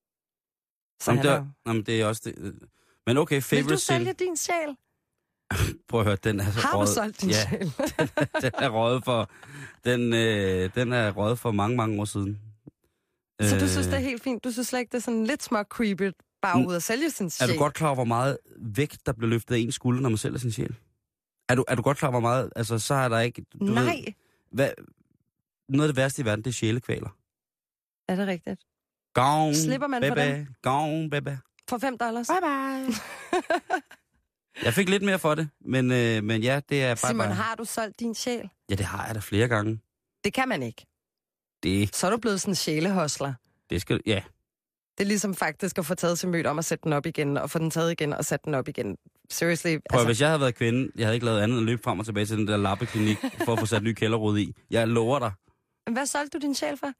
[SPEAKER 4] Jamen, det er også det. Men okay, favorite.
[SPEAKER 5] Vil du sælge din sjæl?
[SPEAKER 4] Prøv at høre, den er så
[SPEAKER 5] har du solgt din sjæl?
[SPEAKER 4] den er røget for... Den er røget for mange, mange år siden.
[SPEAKER 5] Så du synes, det er helt fint? Du synes slet ikke, det er sådan lidt små creepy bare ud at sælge sin sjæl?
[SPEAKER 4] Er du godt klar over, hvor meget vægt, der bliver løftet af en skulder, når man sælger sin sjæl? Er du godt klar over, hvor meget... Altså, så er der ikke...
[SPEAKER 5] Nej.
[SPEAKER 4] Noget af det værste i verden, det er sjælekvaler.
[SPEAKER 5] Er det rigtigt?
[SPEAKER 4] Gong,
[SPEAKER 5] slipper man
[SPEAKER 4] baby,
[SPEAKER 5] for dem?
[SPEAKER 4] Gong, baby.
[SPEAKER 5] For $5? Bye bye.
[SPEAKER 4] Jeg fik lidt mere for det, men ja, det er bare...
[SPEAKER 5] Simon, har du solgt din sjæl?
[SPEAKER 4] Ja, det har jeg da flere gange.
[SPEAKER 5] Det kan man ikke.
[SPEAKER 4] Det...
[SPEAKER 5] Så er du blevet sådan en sjælehostler.
[SPEAKER 4] Det skal... Ja.
[SPEAKER 5] Det er ligesom faktisk at få taget sin mødt om at sætte den op igen, og få den taget igen og sætte den op igen. Seriously.
[SPEAKER 4] Prøv, hvis jeg havde været kvinde, jeg havde ikke lavet andet end løbe frem og tilbage til den der lappeklinik, for at få sat ny kælderrod i. Jeg lover dig.
[SPEAKER 5] Hvad solgte du din sjæl for?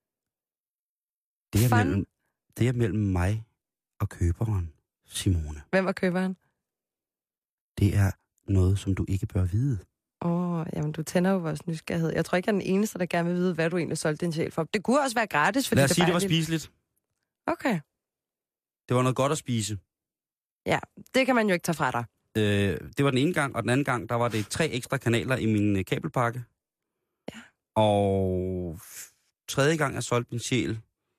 [SPEAKER 4] Det er mellem mig og køberen, Simone.
[SPEAKER 5] Hvem var køberen?
[SPEAKER 4] Det er noget, som du ikke bør vide.
[SPEAKER 5] Jamen du tænder jo vores nysgerrighed. Jeg tror ikke, jeg er den eneste, der gerne vil vide, hvad du egentlig solgte din sjæl for. Det kunne også være gratis, fordi
[SPEAKER 4] lad os sige, det var spiseligt.
[SPEAKER 5] Okay.
[SPEAKER 4] Det var noget godt at spise.
[SPEAKER 5] Ja, det kan man jo ikke tage fra dig.
[SPEAKER 4] Det var den ene gang, og den anden gang, der var det 3 ekstra kanaler i min kabelpakke.
[SPEAKER 5] Ja.
[SPEAKER 4] Og tredje gang, jeg solgte min sjæl,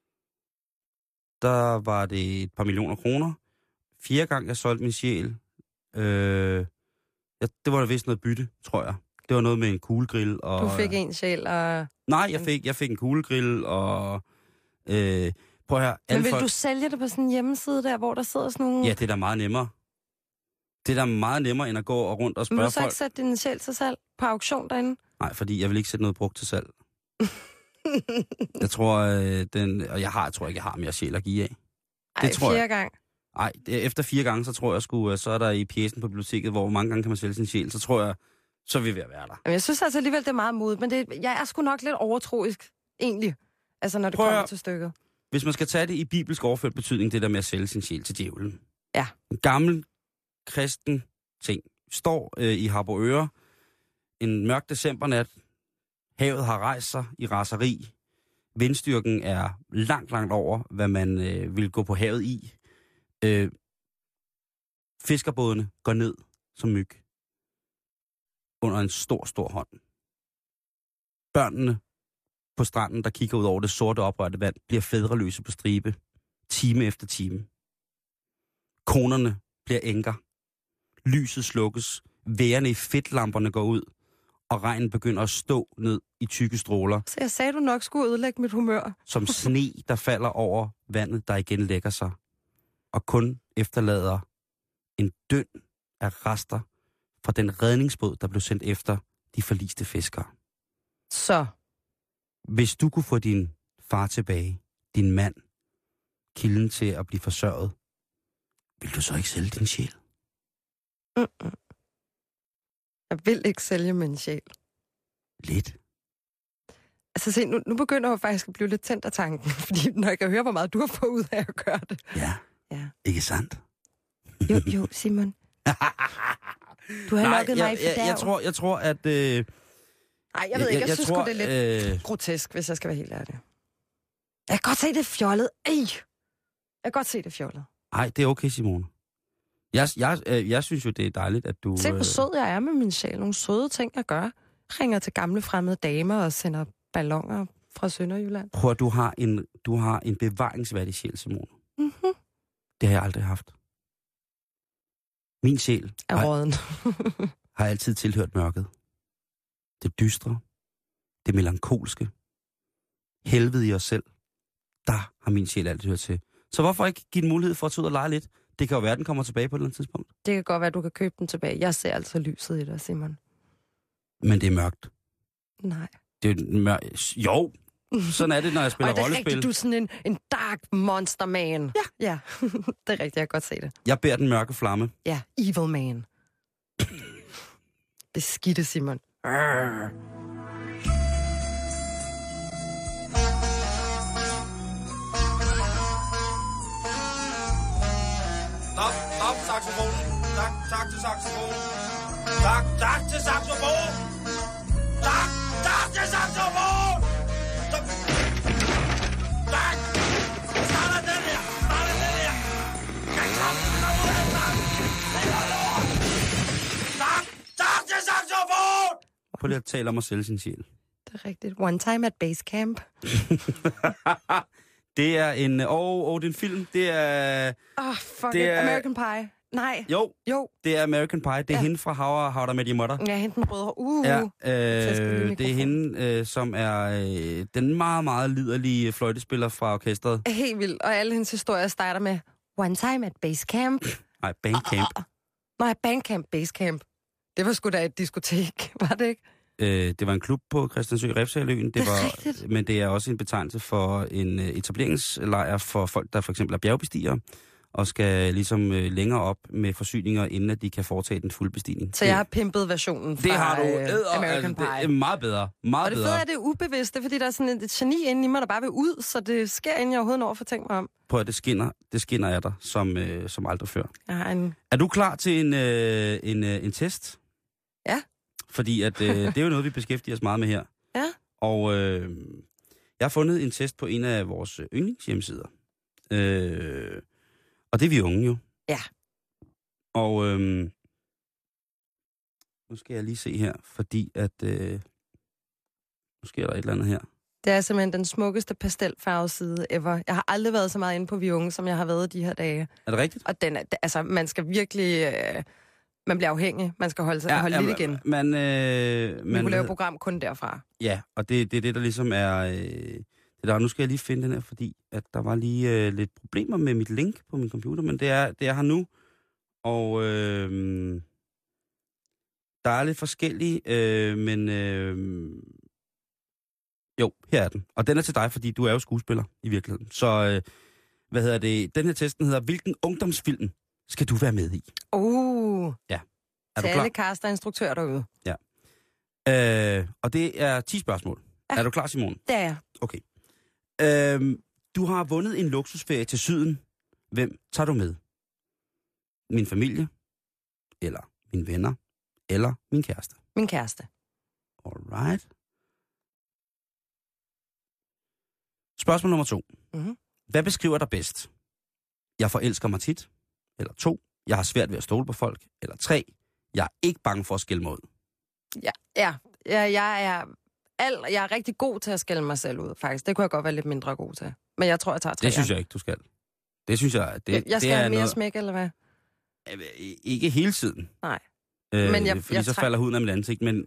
[SPEAKER 4] der var det et par millioner kroner. 4. gang, jeg solgte min sjæl, det var da vist noget bytte, tror jeg. Det var noget med en kuglegrill. Og...
[SPEAKER 5] Du fik en sjæl og...
[SPEAKER 4] Nej, jeg fik en kuglegrill og... Prøv at høre,
[SPEAKER 5] men vil du sælge det på sådan en hjemmeside der, hvor der sidder sådan nogle...
[SPEAKER 4] Ja, det er da meget nemmere. Det er da meget nemmere, end at gå og rundt og spørge folk...
[SPEAKER 5] Vil du så ikke sætte din sjæl til salg på auktion derinde?
[SPEAKER 4] Nej, fordi jeg vil ikke sætte noget brugt til salg. Jeg tror, og jeg tror ikke, jeg har mere sjæl at give af.
[SPEAKER 5] Ej, 4 gange?
[SPEAKER 4] Nej, efter 4 gange, så tror jeg så er der i pjecen på biblioteket, hvor mange gange kan man sælge sin sjæl, så tror jeg, så er vi ved at være der.
[SPEAKER 5] Men jeg synes altså alligevel, det er meget modigt, men jeg er sgu nok lidt overtroisk, egentlig. Altså, når det kommer til stykket.
[SPEAKER 4] Hvis man skal tage det i bibelsk overført betydning, det der med at sælge sin sjæl til djævlen.
[SPEAKER 5] Ja.
[SPEAKER 4] En gammel kristen ting. Står i Harboøre en mørk decembernat. Havet har rejst sig i raseri. Vindstyrken er langt, langt over, hvad man vil gå på havet i. Fiskerbådene går ned som myg. Under en stor, stor hånd. Børnene på stranden, der kigger ud over det sorte oprørte vand, bliver fædreløse på stribe, time efter time. Konerne bliver enker. Lyset slukkes. Vejerne i fedtlamperne går ud. Og regnen begynder at stå ned i tykke stråler.
[SPEAKER 5] Så jeg sagde, du nok skulle ødelægge mit humør.
[SPEAKER 4] Som sne, der falder over vandet, der igen lægger sig. Og kun efterlader en døn af rester fra den redningsbåd, der blev sendt efter de forliste fiskere.
[SPEAKER 5] Så?
[SPEAKER 4] Hvis du kunne få din far tilbage, din mand, kilden til at blive forsørget, vil du så ikke sælge din sjæl?
[SPEAKER 5] Jeg vil ikke sælge min sjæl.
[SPEAKER 4] Lidt.
[SPEAKER 5] Altså se, nu begynder jeg faktisk at blive lidt tændt af tanken, fordi når jeg kan høre, hvor meget du har fået ud af at gøre det.
[SPEAKER 4] Ja. Ikke sandt?
[SPEAKER 5] Jo, Simon. Du har lukket mig for der.
[SPEAKER 4] Jeg tror, at... Nej,
[SPEAKER 5] jeg ved ikke. Jeg synes det er lidt grotesk, hvis jeg skal være helt ærlig. Jeg kan godt se det fjollet. Jeg kan godt se det fjollet.
[SPEAKER 4] Nej, det er okay, Simone. Jeg synes jo, det er dejligt, at du...
[SPEAKER 5] Se, hvor sød jeg er med min sjæl. Nogle søde ting, jeg gør. Ringer til gamle fremmede damer og sender balloner fra Sønderjylland.
[SPEAKER 4] Prøv at du har en bevaringsværdig sjæl, Simone.
[SPEAKER 5] Mm-hmm.
[SPEAKER 4] Det har jeg aldrig haft. Min sjæl
[SPEAKER 5] er råden.
[SPEAKER 4] har altid tilhørt mørket. Det dystre, det melankolske, helvede i os selv, der har min sjæl altid hørt til. Så hvorfor ikke give den mulighed for at tage ud og lege lidt? Det kan jo være, at den kommer tilbage på et eller andet tidspunkt.
[SPEAKER 5] Det kan godt være, at du kan købe den tilbage. Jeg ser altså lyset i dig, Simon.
[SPEAKER 4] Men det er mørkt.
[SPEAKER 5] Nej.
[SPEAKER 4] Det er mørkt. Jo, sådan er det, når jeg spiller rollespil.
[SPEAKER 5] Og det er rigtigt, du er sådan en dark monster man. Ja. Det er rigtigt, jeg kan godt se det.
[SPEAKER 4] Jeg bærer den mørke flamme.
[SPEAKER 5] Ja, evil man. Det skidte, Simon.
[SPEAKER 4] Stop saxofonen. Tak til saxofonen. Tak til saxofonen. Tak til saxofonen. Tak. Start den her. Tak til saxofonen. Prøv lige at tale om at sælge sin sjæl.
[SPEAKER 5] Det er rigtigt. One Time at Base Camp.
[SPEAKER 4] Det er en... det er en film. Det er...
[SPEAKER 5] Det er American Pie. Nej.
[SPEAKER 4] Jo. Det er American Pie. Det er hende fra How I Met Your Mother.
[SPEAKER 5] Ja, hende den røde.
[SPEAKER 4] Det er hende, som er den meget, meget liderlige fløjtespiller fra orkestret.
[SPEAKER 5] Helt vildt. Og alle hendes historier starter med One Time at Base Camp.
[SPEAKER 4] Nej, Bandcamp.
[SPEAKER 5] Nej, Bandcamp, Base Camp. Det var sgu da et diskotek, var det ikke?
[SPEAKER 4] Det var en klub på Christiansø Refshaleøen.
[SPEAKER 5] Det er rigtigt.
[SPEAKER 4] Men det er også en betegnelse for en etableringslejr for folk, der for eksempel er bjergbestigere, og skal ligesom længere op med forsyninger, inden at de kan foretage den fulde bestigning.
[SPEAKER 5] Så jeg har pimpet versionen fra
[SPEAKER 4] det har du.
[SPEAKER 5] American Pie.
[SPEAKER 4] Det er meget bedre. Meget
[SPEAKER 5] og det fede er, det er ubevidst, det er, fordi der er sådan et geni inde i mig, der bare vil ud, så det sker, inden jeg overhovedet når at tænke mig om.
[SPEAKER 4] Prøv at det skinner af dig, som aldrig før.
[SPEAKER 5] Jeg har en...
[SPEAKER 4] Er du klar til en test?
[SPEAKER 5] Ja.
[SPEAKER 4] Fordi at, det er jo noget, vi beskæftiger os meget med her.
[SPEAKER 5] Ja.
[SPEAKER 4] Og jeg har fundet en test på en af vores yndlingshjemmesider. Og det er vi unge jo.
[SPEAKER 5] Ja.
[SPEAKER 4] Og nu skal jeg lige se her, fordi at... nu sker der et eller andet her.
[SPEAKER 5] Det er simpelthen den smukkeste pastelfarveside ever. Jeg har aldrig været så meget inde på Vi Unge, som jeg har været de her dage.
[SPEAKER 4] Er det rigtigt?
[SPEAKER 5] Og den er, altså, man skal virkelig... man bliver afhængig. Man skal holde lidt igen. Vi kunne lave et program kun derfra.
[SPEAKER 4] Ja, og det er det, der ligesom er... nu skal jeg lige finde den her, fordi at der var lige lidt problemer med mit link på min computer, men det er her nu. Og der er lidt forskellige, men... jo, her er den. Og den er til dig, fordi du er jo skuespiller i virkeligheden. Så, den her testen hedder, hvilken ungdomsfilm skal du være med i?
[SPEAKER 5] Ja.
[SPEAKER 4] Er
[SPEAKER 5] til
[SPEAKER 4] du klar?
[SPEAKER 5] alle caster og instruktører derude.
[SPEAKER 4] Ja. Og det er 10 spørgsmål. Ja. Er du klar, Simone?
[SPEAKER 5] Det er jeg.
[SPEAKER 4] Okay. Du har vundet en luksusferie til Syden. Hvem tager du med? Min familie? Eller mine venner? Eller min kæreste?
[SPEAKER 5] Min kæreste.
[SPEAKER 4] Alright. Spørgsmål nummer 2.
[SPEAKER 5] Mm-hmm.
[SPEAKER 4] Hvad beskriver dig bedst? Jeg forelsker mig tit. Eller 2. Jeg har svært ved at stole på folk. Eller 3. Jeg er ikke bange for at skælde mig ud.
[SPEAKER 5] Ja, jeg er rigtig god til at skælde mig selv ud, faktisk. Det kunne jeg godt være lidt mindre god til. Men jeg tror, jeg tager 3.
[SPEAKER 4] Det synes jeg ikke, du skal. Det synes jeg...
[SPEAKER 5] Jeg skal have mere smæk, eller hvad?
[SPEAKER 4] Ikke hele tiden.
[SPEAKER 5] Nej.
[SPEAKER 4] Fordi så falder huden af mit ansigt, men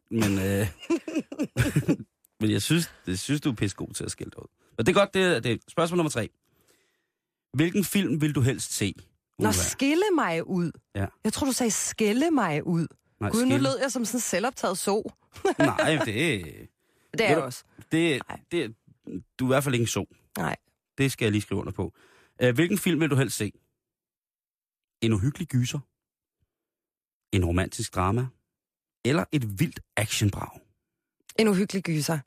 [SPEAKER 4] men jeg synes, du er pissegod til at skælde dig ud. Og det er godt, det er spørgsmål nummer 3. Hvilken film vil du helst se?
[SPEAKER 5] Skille mig ud?
[SPEAKER 4] Ja.
[SPEAKER 5] Jeg tror, du sagde skille mig ud.
[SPEAKER 4] Nej,
[SPEAKER 5] Gud, nu lød jeg som sådan en selvoptaget så.
[SPEAKER 4] Nej,
[SPEAKER 5] det er jeg også.
[SPEAKER 4] Du er i hvert fald ikke en så.
[SPEAKER 5] Nej.
[SPEAKER 4] Det skal jeg lige skrive under på. Hvilken film vil du helst se? En uhyggelig gyser? En romantisk drama? Eller et vildt actionbrag?
[SPEAKER 5] En uhyggelig gyser.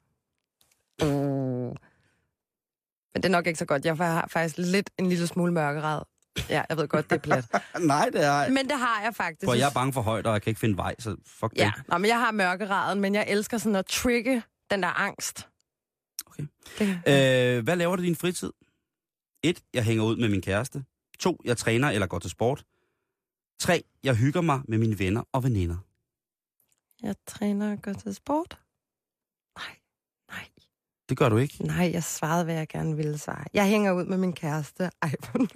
[SPEAKER 5] Men det er nok ikke så godt. Jeg har faktisk en lille smule mørkerad. Ja, jeg ved godt, det er plat.
[SPEAKER 4] Nej, det er...
[SPEAKER 5] Men det har jeg faktisk.
[SPEAKER 4] For jeg er bange for højde, og jeg kan ikke finde vej, så fuck det.
[SPEAKER 5] Ja, men jeg har mørkeraden, men jeg elsker sådan at trigge den der angst.
[SPEAKER 4] Okay. Hvad laver du i din fritid? 1. Jeg hænger ud med min kæreste. 2. Jeg træner eller går til sport. 3. Jeg hygger mig med mine venner og veninder.
[SPEAKER 5] Jeg træner og går til sport? Nej.
[SPEAKER 4] Det gør du ikke?
[SPEAKER 5] Nej, jeg svarede, hvad jeg gerne ville svare. Jeg hænger ud med min kæreste. Ej.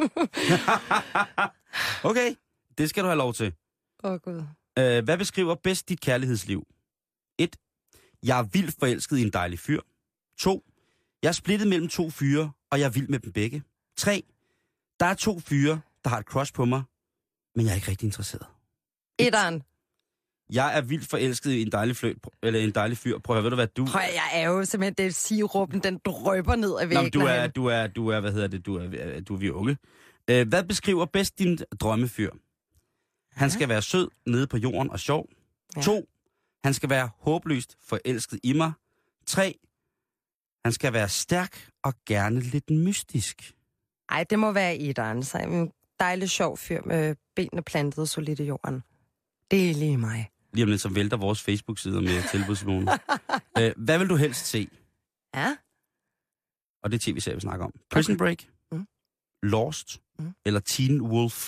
[SPEAKER 4] Okay, det skal du have lov til.
[SPEAKER 5] Gud.
[SPEAKER 4] Hvad beskriver bedst dit kærlighedsliv? 1. Jeg er vildt forelsket i en dejlig fyr. 2. Jeg er splittet mellem 2 fyre, og jeg er vild med dem begge. 3. Der er 2 fyre, der har et crush på mig, men jeg er ikke rigtig interesseret.
[SPEAKER 5] 1.
[SPEAKER 4] Jeg er vildt forelsket i en dejlig fyr. Prøv at høre, ved du hvad du...
[SPEAKER 5] Jeg er jo simpelthen, det siruppen, den drøber ned af væggen.
[SPEAKER 4] Du er vi unge. Hvad beskriver bedst din drømmefyr? Han skal være sød, nede på jorden og sjov. 2. Han skal være håbløst forelsket i mig. 3. Han skal være stærk og gerne lidt mystisk.
[SPEAKER 5] Ej, det må være 1'eren. Så dejlig sjov fyr med benene plantet solidt i jorden. Det er lige mig.
[SPEAKER 4] Lige om lidt, så vælter vores Facebook-sider med tilbud, Simone. Hvad vil du helst se?
[SPEAKER 5] Ja.
[SPEAKER 4] Og det er tv-serie, vi snakker om. Prison Break, Lost eller Teen Wolf?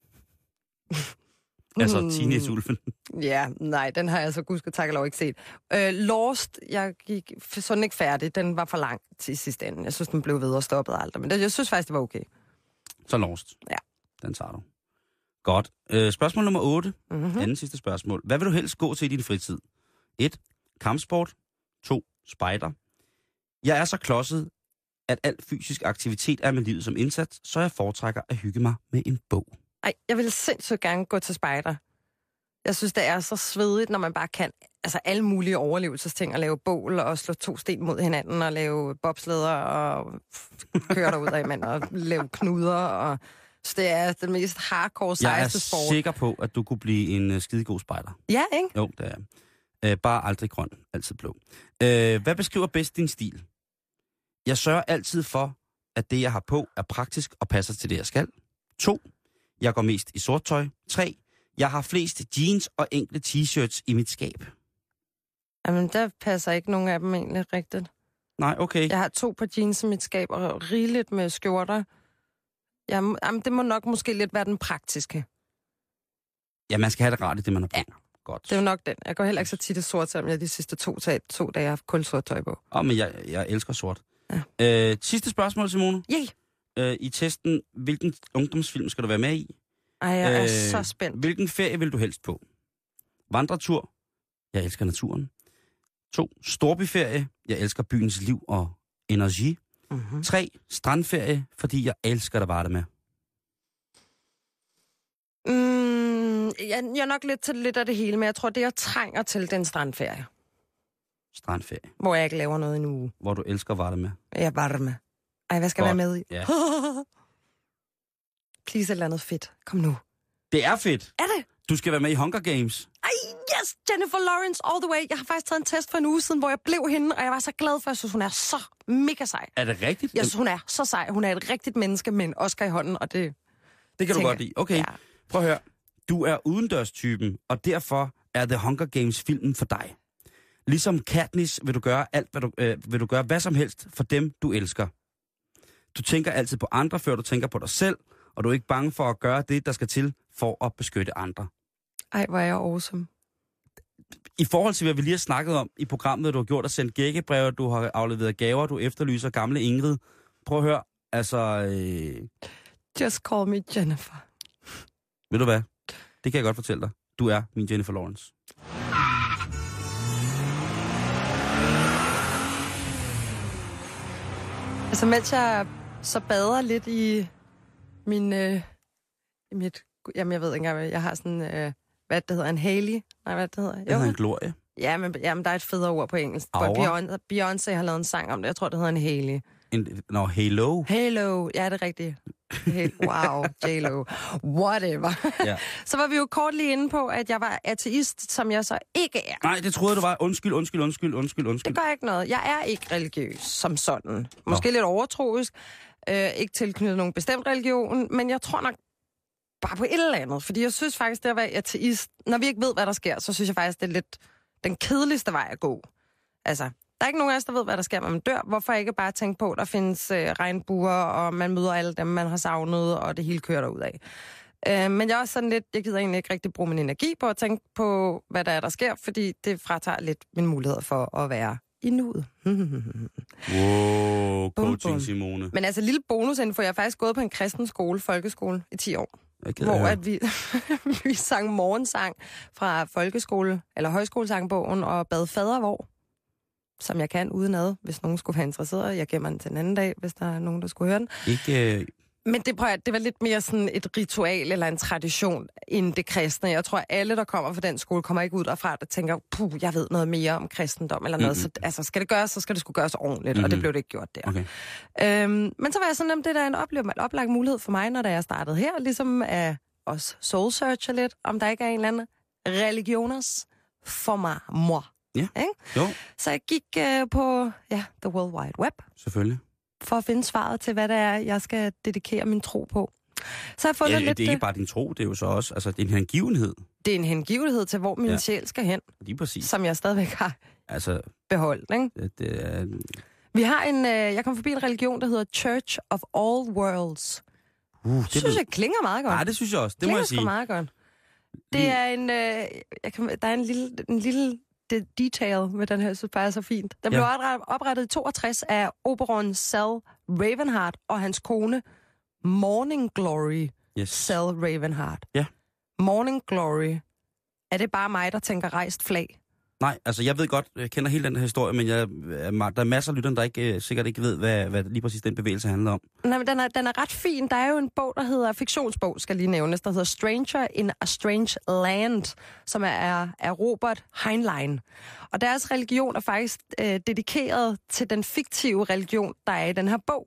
[SPEAKER 4] Altså Teenage-ulven.
[SPEAKER 5] Ja, nej, den har jeg så tak og lov ikke set. Lost, jeg gik sådan ikke færdig. Den var for lang til sidste ende. Jeg synes, den blev ved og stoppede aldrig. Men jeg synes faktisk, det var okay.
[SPEAKER 4] Så Lost.
[SPEAKER 5] Ja.
[SPEAKER 4] Den tager du. Godt. Spørgsmål nummer 8. Anden sidste spørgsmål. Hvad vil du helst gå til i din fritid? 1. Kampsport. 2. Spejder. Jeg er så klodset, at al fysisk aktivitet er med livet som indsats, så jeg foretrækker at hygge mig med en bog.
[SPEAKER 5] Ej, jeg vil sindssygt gerne gå til spejder. Jeg synes, det er så svedigt, når man bare kan alle mulige overlevelsesting, at lave bål og slå 2 sten mod hinanden, og lave bobslæder og køre derud af mand, og lave knuder. Og så det er den mest hardcore, sejeste sport.
[SPEAKER 4] Jeg er sikker på, at du kunne blive en skidegod spejder.
[SPEAKER 5] Ja, ikke?
[SPEAKER 4] Jo, det er bare aldrig grøn, altid blå. Hvad beskriver bedst din stil? Jeg sørger altid for, at det, jeg har på, er praktisk og passer til det, jeg skal. 2. Jeg går mest i sort tøj. 3. Jeg har flest jeans og enkle t-shirts i mit skab.
[SPEAKER 5] Jamen, der passer ikke nogen af dem egentlig rigtigt.
[SPEAKER 4] Nej, okay.
[SPEAKER 5] Jeg har 2 par jeans i mit skab og rigeligt med skjorter. Jamen, det må nok måske lidt være den praktiske.
[SPEAKER 4] Ja, man skal have det rart i det, man har på.
[SPEAKER 5] Ja.
[SPEAKER 4] Godt.
[SPEAKER 5] Det er jo nok den. Jeg går heller ikke så tit i sort, selvom jeg de sidste 2 dage har haft kun sort tøj på.
[SPEAKER 4] Men jeg elsker sort. Ja. Sidste spørgsmål, Simone. I testen, hvilken ungdomsfilm skal du være med i?
[SPEAKER 5] Ej, jeg er så spændt.
[SPEAKER 4] Hvilken ferie vil du helst på? Vandretur. Jeg elsker naturen. 2. Storbyferie. Jeg elsker byens liv og energi. 3. Strandferie, fordi jeg elsker at være der med.
[SPEAKER 5] Jeg er nok lidt til lidt af det hele, men jeg tror, det jeg trænger til, den strandferie.
[SPEAKER 4] Strandferie.
[SPEAKER 5] Hvor jeg ikke laver noget i en uge.
[SPEAKER 4] Hvor du elsker at være der med.
[SPEAKER 5] Jeg var der med. Ej, hvad skal jeg være med i?
[SPEAKER 4] Ja.
[SPEAKER 5] Please, et eller andet fedt. Kom nu.
[SPEAKER 4] Det er fedt.
[SPEAKER 5] Er det?
[SPEAKER 4] Du skal være med i Hunger Games.
[SPEAKER 5] Ej, yes! Jennifer Lawrence all the way. Jeg har faktisk taget en test for en uge siden, hvor jeg blev hende, og jeg var så glad for, at jeg synes, hun er så mega sej.
[SPEAKER 4] Er det rigtigt?
[SPEAKER 5] Jeg synes, hun er så sej. Hun er et rigtigt menneske med en Oscar i hånden, og det
[SPEAKER 4] kan du godt lide. Okay, ja. Prøv at høre. Du er udendørstypen, og derfor er The Hunger Games filmen for dig. Ligesom Katniss vil du gøre vil du gøre hvad som helst for dem, du elsker. Du tænker altid på andre, før du tænker på dig selv, og du er ikke bange for at gøre det, der skal til for at beskytte andre.
[SPEAKER 5] Ej, hvor er jeg awesome.
[SPEAKER 4] I forhold til, hvad vi lige har snakket om i programmet, du har gjort at sende gækkebreve, du har afleveret gaver, du efterlyser gamle Ingrid. Prøv at høre,
[SPEAKER 5] Just call me Jennifer.
[SPEAKER 4] Ved du hvad? Det kan jeg godt fortælle dig. Du er min Jennifer Lawrence.
[SPEAKER 5] Altså, mens jeg så bader lidt i min... Jamen, jeg ved ikke engang, jeg har sådan... hvad det hedder? En Hailey? Nej, hvad det hedder?
[SPEAKER 4] Det hedder en glorie.
[SPEAKER 5] Ja, men der er et federe ord på engelsk. Beyoncé har lavet en sang om det. Jeg tror, det hedder en Hailey.
[SPEAKER 4] Halo?
[SPEAKER 5] Halo, ja, det er rigtigt. Wow, J-Lo. Whatever. Ja. Så var vi jo kort lige inde på, at jeg var ateist, som jeg så ikke er.
[SPEAKER 4] Nej, det troede jeg, du var. Undskyld.
[SPEAKER 5] Det gør ikke noget. Jeg er ikke religiøs som sådan. Måske lidt overtroisk. Ikke tilknyttet nogen bestemt religion, men jeg tror nok bare på et eller andet. Fordi jeg synes faktisk, det at være ateist, når vi ikke ved, hvad der sker, så synes jeg faktisk, det er lidt den kedeligste vej at gå. Altså, der er ikke nogen af os, der ved, hvad der sker, når man dør. Hvorfor ikke bare tænke på, at der findes regnbuer, og man møder alle dem, man har savnet, og det hele kører derud af. Men jeg er også sådan lidt, jeg gider egentlig ikke rigtig bruge min energi på at tænke på, hvad der sker, fordi det fratager lidt min mulighed for at være i nuet.
[SPEAKER 4] Wow, coaching Simone.
[SPEAKER 5] Men altså, lille bonusinfo, jeg har faktisk gået på en kristen skole, folkeskole, i 10 år. Hvor at vi sang morgensang fra folkeskole, eller højskolesangbogen, og bad fadervor, som jeg kan udenad, hvis nogen skulle være interesseret. Jeg gemmer den til en anden dag, hvis der er nogen, der skulle høre den. Men det var lidt mere sådan et ritual eller en tradition end det kristne. Jeg tror, at alle, der kommer fra den skole, kommer ikke ud derfra, der tænker, jeg ved noget mere om kristendom eller noget. Så altså, skal det gøres, så skal det sgu gøres ordentligt, og det blev det ikke gjort der. Okay. Men så var jeg sådan, at det der er en oplagt mulighed for mig, når jeg startede her, ligesom at også soul-searcher lidt, om der ikke er en eller anden religioners for mig.
[SPEAKER 4] Ja,
[SPEAKER 5] jo. Så jeg gik på the World Wide Web.
[SPEAKER 4] Selvfølgelig.
[SPEAKER 5] For at finde svaret til, hvad det er, jeg skal dedikere min tro på. Så har jeg fundet lidt...
[SPEAKER 4] Det er ikke bare din tro, det er jo så også, altså det er en hengivenhed.
[SPEAKER 5] Det er en hengivenhed til, hvor min sjæl skal hen.
[SPEAKER 4] Lige præcis.
[SPEAKER 5] Som jeg stadigvæk har beholdt, ikke?
[SPEAKER 4] Det er...
[SPEAKER 5] Vi har jeg kom forbi en religion, der hedder Church of All Worlds. Det synes jeg klinger meget godt.
[SPEAKER 4] Nej, det synes jeg også. Det må jeg sige.
[SPEAKER 5] Klinger meget godt. Det er der er en lille detail med den her, jeg synes bare er så fint. Den blev oprettet i 62 af oberon Sal Ravenheart og hans kone Morning Glory Sal Ravenheart.
[SPEAKER 4] Ja.
[SPEAKER 5] Morning Glory. Er det bare mig, der tænker rejst flag?
[SPEAKER 4] Nej, altså jeg ved godt, jeg kender hele den her historie, men der er masser af lytterne, der sikkert ikke ved, hvad lige præcis den bevægelse handler om.
[SPEAKER 5] Nej, men den er ret fin. Der er jo en bog, der hedder, fiktionsbog skal lige nævnes, der hedder Stranger in a Strange Land, som er Robert Heinlein. Og deres religion er faktisk dedikeret til den fiktive religion, der er i den her bog.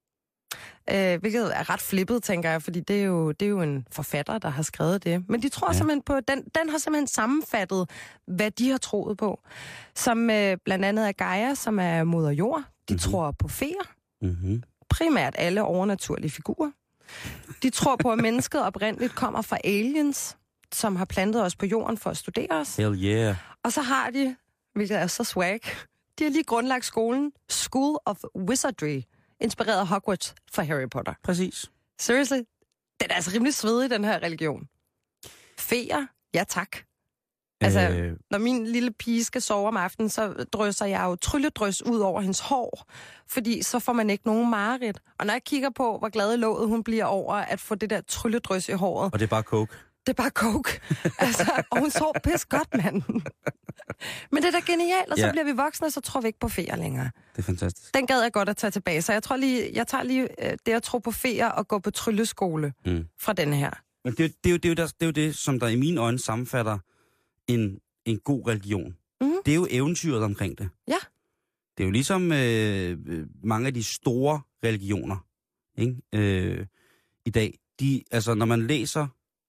[SPEAKER 5] Hvilket er ret flippet, tænker jeg, fordi det er jo en forfatter, der har skrevet det. Men de tror simpelthen på, den har simpelthen sammenfattet, hvad de har troet på. Som blandt andet er Gaia, som er moder jord. De tror på feer. Primært alle overnaturlige figurer. De tror på, at mennesket oprindeligt kommer fra aliens, som har plantet os på jorden for at studere os.
[SPEAKER 4] Hell yeah.
[SPEAKER 5] Og så har de, hvilket er så swag, de har lige grundlagt skolen School of Wizardry, inspireret af Hogwarts for Harry Potter.
[SPEAKER 4] Præcis.
[SPEAKER 5] Seriously? Den er altså rimelig svedig, den her religion. Feer? Ja, tak. Altså, når min lille pige skal sove om aftenen, så drysser jeg jo trylledrys ud over hendes hår, fordi så får man ikke nogen mareridt. Og når jeg kigger på, hvor glad i låget hun bliver over at få det der trylledrys i håret.
[SPEAKER 4] Og det er bare coke.
[SPEAKER 5] Det er bare coke. Altså, og hun sover pis godt, mand. Men det er da genialt, og så bliver vi voksne, og så tror vi ikke på feer længere.
[SPEAKER 4] Det er fantastisk.
[SPEAKER 5] Den gad jeg godt at tage tilbage, så jeg tager lige det at tro på feer og gå på trylleskole fra den her.
[SPEAKER 4] Men det er jo det, som der i mine øjne sammenfatter en god religion. Det er jo eventyret omkring det.
[SPEAKER 5] Ja.
[SPEAKER 4] Det er jo ligesom mange af de store religioner, ikke? I dag. Altså, når man læser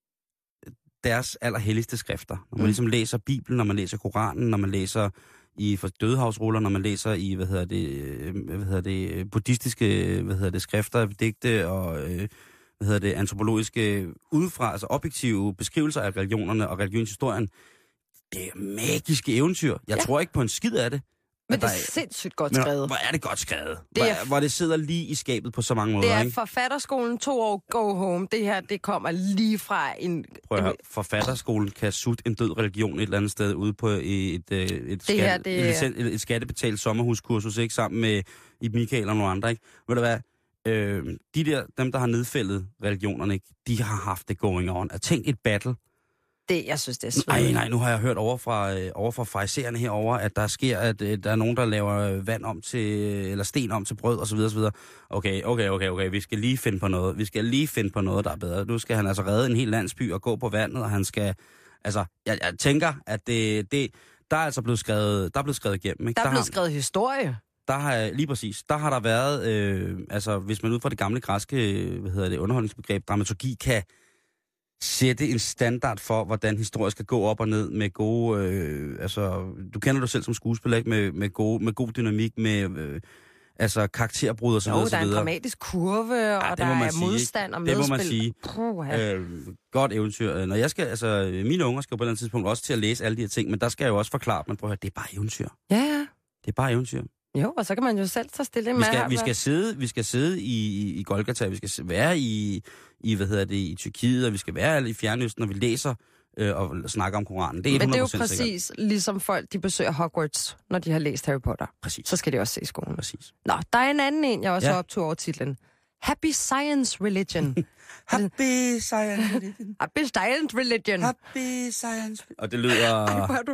[SPEAKER 4] deres allerhelligste skrifter, når man ligesom læser Bibelen, når man læser Koranen, når man læser i dødehavsruller, når man læser i, buddhistiske, skrifter, digte og, antropologiske, udefra, altså objektive beskrivelser af religionerne og religionshistorien, det er magiske eventyr. Jeg tror ikke på en skid af det.
[SPEAKER 5] Men det er sindssygt godt skrevet.
[SPEAKER 4] Hvor er det godt skrevet? Hvor det sidder lige i skabet på så mange måder,
[SPEAKER 5] ikke? Det er
[SPEAKER 4] ikke?
[SPEAKER 5] Forfatterskolen 2 år go home. Det her, det kommer lige fra en...
[SPEAKER 4] Prøv at høre, forfatterskolen kan sutte en død religion et eller andet sted ude på et skattebetalt sommerhuskursus, ikke? Sammen med Michael og nogle andre, ikke? Ved du hvad? Dem, der har nedfældet religionerne, ikke? De har haft det going on. Tænk et battle.
[SPEAKER 5] Jeg synes, det er svært.
[SPEAKER 4] Nej, nu har jeg hørt over fra farisæerne herover, at der sker, at der er nogen, der laver vand om til, eller sten om til brød, osv. osv. Okay, vi skal lige finde på noget. Der er bedre. Nu skal han altså redde en hel landsby og gå på vandet, og han skal, altså, jeg tænker, at der er altså blevet skrevet igennem, ikke?
[SPEAKER 5] Der er blevet skrevet historie.
[SPEAKER 4] Lige præcis. Der har der været, hvis man ud fra det gamle græske, underholdningsbegreb, dramaturgi kan sætte en standard for, hvordan historie skal gå op og ned med gode, du kender dig selv som skuespiller, ikke? Med god dynamik, med karakterbrud og så videre.
[SPEAKER 5] Der er en dramatisk kurve, og der er modstand og medspil.
[SPEAKER 4] Det må man sige. Godt eventyr. Når jeg skal, mine unger skal på et eller andet tidspunkt også til at læse alle de her ting, men der skal jeg jo også forklare, at man prøver at høre, det er bare eventyr.
[SPEAKER 5] Ja.
[SPEAKER 4] Det er bare eventyr.
[SPEAKER 5] Jo, og så kan man jo selv tage stilling med.
[SPEAKER 4] Vi skal sidde i Golgata, vi skal være i Tyrkiet, og vi skal være i Fjernøsten, når vi læser og snakker om Koranen. Det er 100%
[SPEAKER 5] Men det er jo
[SPEAKER 4] sikkert.
[SPEAKER 5] præcis ligesom folk, de besøger Hogwarts, når de har læst Harry Potter.
[SPEAKER 4] Præcis.
[SPEAKER 5] Så skal de også se skolen.
[SPEAKER 4] Præcis.
[SPEAKER 5] Nå, der er en anden jeg også har optog over titlen. Happy Science Religion.
[SPEAKER 4] Happy Science Religion.
[SPEAKER 5] Happy Science Religion.
[SPEAKER 4] Happy Science. Og det lyder...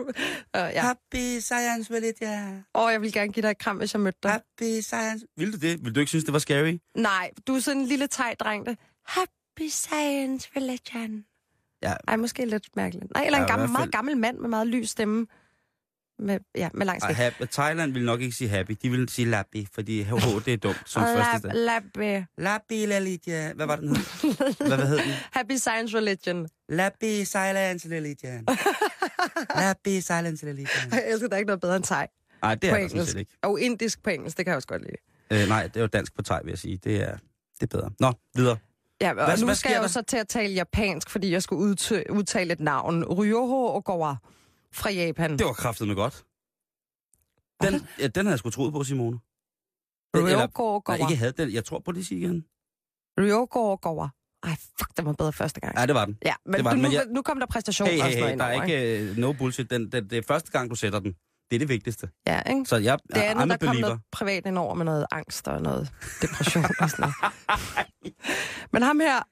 [SPEAKER 4] Happy Science Religion.
[SPEAKER 5] Jeg vil gerne give dig et kram, hvis jeg mødte dig.
[SPEAKER 4] Happy Science. Vil du det? Vil du ikke synes, det var scary?
[SPEAKER 5] Nej, du er sådan en lille teg-dreng, der. Happy Science Religion.
[SPEAKER 4] Ja.
[SPEAKER 5] Ej, måske lidt mærkeligt. Nej, eller en meget gammel mand med meget lys stemme. Med lang skæg.
[SPEAKER 4] Thailand vil nok ikke sige happy. De vil sige lappy, fordi det er dumt som første sted. Lappy religion. Hvad var den hed? Hvad hed den?
[SPEAKER 5] Happy Science Religion.
[SPEAKER 4] Lappy Silence Religion. Lappy Silence Religion.
[SPEAKER 5] Jeg elsker, der er ikke noget bedre end thai.
[SPEAKER 4] Nej, det er der sådan set ikke.
[SPEAKER 5] Og indisk på engelsk, det kan jeg også godt lide.
[SPEAKER 4] Nej, det er jo dansk på thai, vil jeg sige. Det er bedre. Nå, videre.
[SPEAKER 5] Ja, og
[SPEAKER 4] Hvad
[SPEAKER 5] nu skal
[SPEAKER 4] sker
[SPEAKER 5] jeg jo
[SPEAKER 4] der?
[SPEAKER 5] så til at tale japansk, fordi jeg skulle udtale et navn. Ryoho Ogawa fra Japan.
[SPEAKER 4] Det var kraftedeme godt. Den havde jeg sgu troet på, Simone.
[SPEAKER 5] Ryoho Ogawa.
[SPEAKER 4] Nej, ikke havde den. Jeg tror på det, siger igen.
[SPEAKER 5] Ryoho Ogawa. Ej, fuck, den var bedre første gang.
[SPEAKER 4] Ja, det var den.
[SPEAKER 5] Ja, men,
[SPEAKER 4] det var den, men
[SPEAKER 5] nu kom der præstation og sådan noget
[SPEAKER 4] der er
[SPEAKER 5] indover,
[SPEAKER 4] ikke no bullshit. Det er første gang, du sætter den. Det er det vigtigste.
[SPEAKER 5] Ja, ikke?
[SPEAKER 4] Så jeg
[SPEAKER 5] Det andet, der kom
[SPEAKER 4] believer.
[SPEAKER 5] noget privat indover med noget angst og noget depression og sådan noget. Men ham her,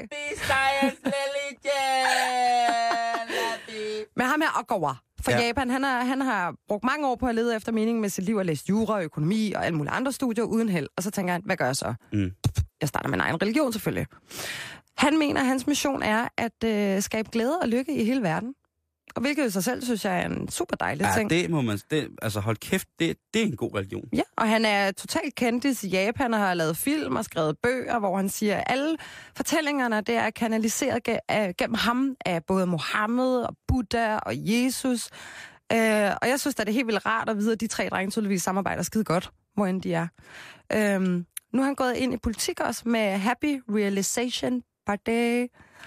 [SPEAKER 5] Men ham her, Ogawa fra Japan, han har brugt mange år på at lede efter mening med sit liv og læst jura, økonomi og alle mulige andre studier uden held. Og så tænker han, hvad gør jeg så? Jeg starter med en egen religion selvfølgelig. Han mener, at hans mission er at skabe glæde og lykke i hele verden. Og hvilket i sig selv, synes jeg, er en super dejlig ting.
[SPEAKER 4] Det må man... altså hold kæft, det er en god religion.
[SPEAKER 5] Ja, og han er totalt kendis i Japan og har lavet film og skrevet bøger, hvor han siger, at alle fortællingerne, det er kanaliseret gennem ham af både Mohammed og Buddha og Jesus. Og jeg synes, det er helt vildt rart at vide, at de tre drenge tydeligvis samarbejder skide godt, hvor end de er. Nu har han gået ind i politik også med Happy Realization Party.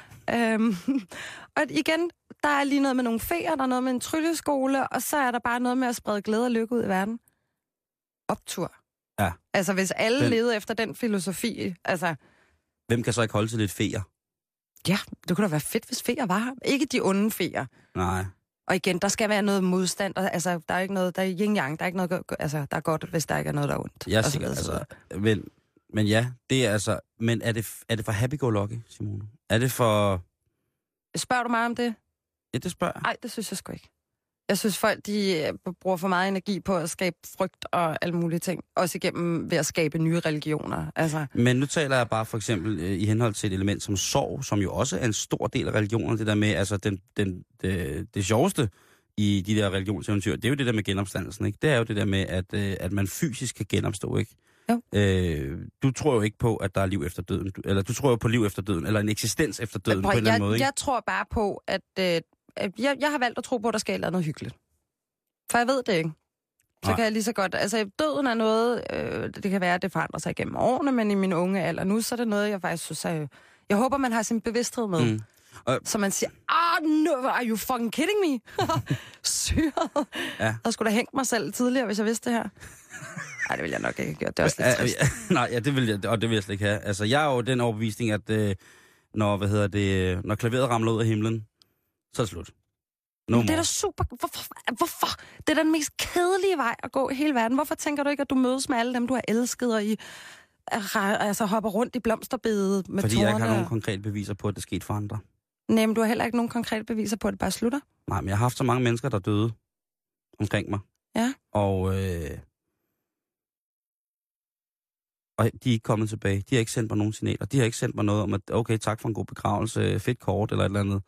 [SPEAKER 5] Og igen, der er lige noget med nogle feer, der er noget med en trylleskole, og så er der bare noget med at sprede glæde og lykke ud i verden. Optur.
[SPEAKER 4] Ja.
[SPEAKER 5] Altså, hvis alle levede efter den filosofi, altså...
[SPEAKER 4] Hvem kan så ikke holde til lidt feer?
[SPEAKER 5] Ja, det kunne da være fedt, hvis feer var her. Ikke de onde feer.
[SPEAKER 4] Nej.
[SPEAKER 5] Og igen, der skal være noget modstand, og, altså, der er ikke noget, der er yin-yang, der er ikke noget, altså, der er godt, hvis der ikke er noget, der er ondt.
[SPEAKER 4] Jeg siger, altså, men ja, det er altså... Men er det for happy-go-lucky, Simone? Er det for...
[SPEAKER 5] Spørger du mig om det?
[SPEAKER 4] Ja, det spørger jeg.
[SPEAKER 5] Nej, det synes jeg sgu ikke. Jeg synes, folk de bruger for meget energi på at skabe frygt og alle mulige ting. Også igennem ved at skabe nye religioner. Altså.
[SPEAKER 4] Men nu taler jeg bare for eksempel i henhold til et element som sorg, som jo også er en stor del af religionen. Det der med, altså det sjoveste i de der religionseventyr, det er jo det der med genopstandelsen, ikke? Det er jo det der med, at man fysisk kan genopstå, ikke?
[SPEAKER 5] Jo.
[SPEAKER 4] Du tror jo ikke på, at der er liv efter døden. Eller du tror jo på liv efter døden, eller en eksistens efter døden på en eller anden måde, ikke?
[SPEAKER 5] Jeg tror bare på, at jeg har valgt at tro på, at der skal noget hyggeligt. For jeg ved det ikke. Så kan jeg lige så godt... Altså, døden er noget... det kan være, at det forandrer sig igennem årene, men i min unge alder nu, så er det noget, jeg faktisk synes... Jeg håber, man har sin bevidsthed med. Så man siger, no, are you fucking kidding me? Syret. Ja. Jeg skulle da hængt mig selv tidligere, hvis jeg vidste det her. Nej, det vil jeg nok ikke have gjort. Det er også lidt trist.
[SPEAKER 4] Nej, ja, det vil jeg, og det vil jeg slet ikke have. Altså, jeg er jo den overbevisning, at når klaveret ramler ud af himlen, så er det slut.
[SPEAKER 5] Men det er da super... Hvorfor? Det er den mest kedelige vej at gå i hele verden. Hvorfor tænker du ikke, at du mødes med alle dem, du har elsket, og altså hopper rundt i blomsterbedet med
[SPEAKER 4] Fordi
[SPEAKER 5] tårne?
[SPEAKER 4] jeg ikke har nogen konkrete beviser på, at det skete for andre.
[SPEAKER 5] Nej, men du har heller ikke nogen konkrete beviser på, at det bare slutter?
[SPEAKER 4] Nej, men jeg har haft så mange mennesker, der døde omkring mig.
[SPEAKER 5] Ja.
[SPEAKER 4] Og de er ikke kommet tilbage. De har ikke sendt mig nogen signaler. De har ikke sendt mig noget om, at okay, tak for en god begravelse, fedt kort eller et eller andet.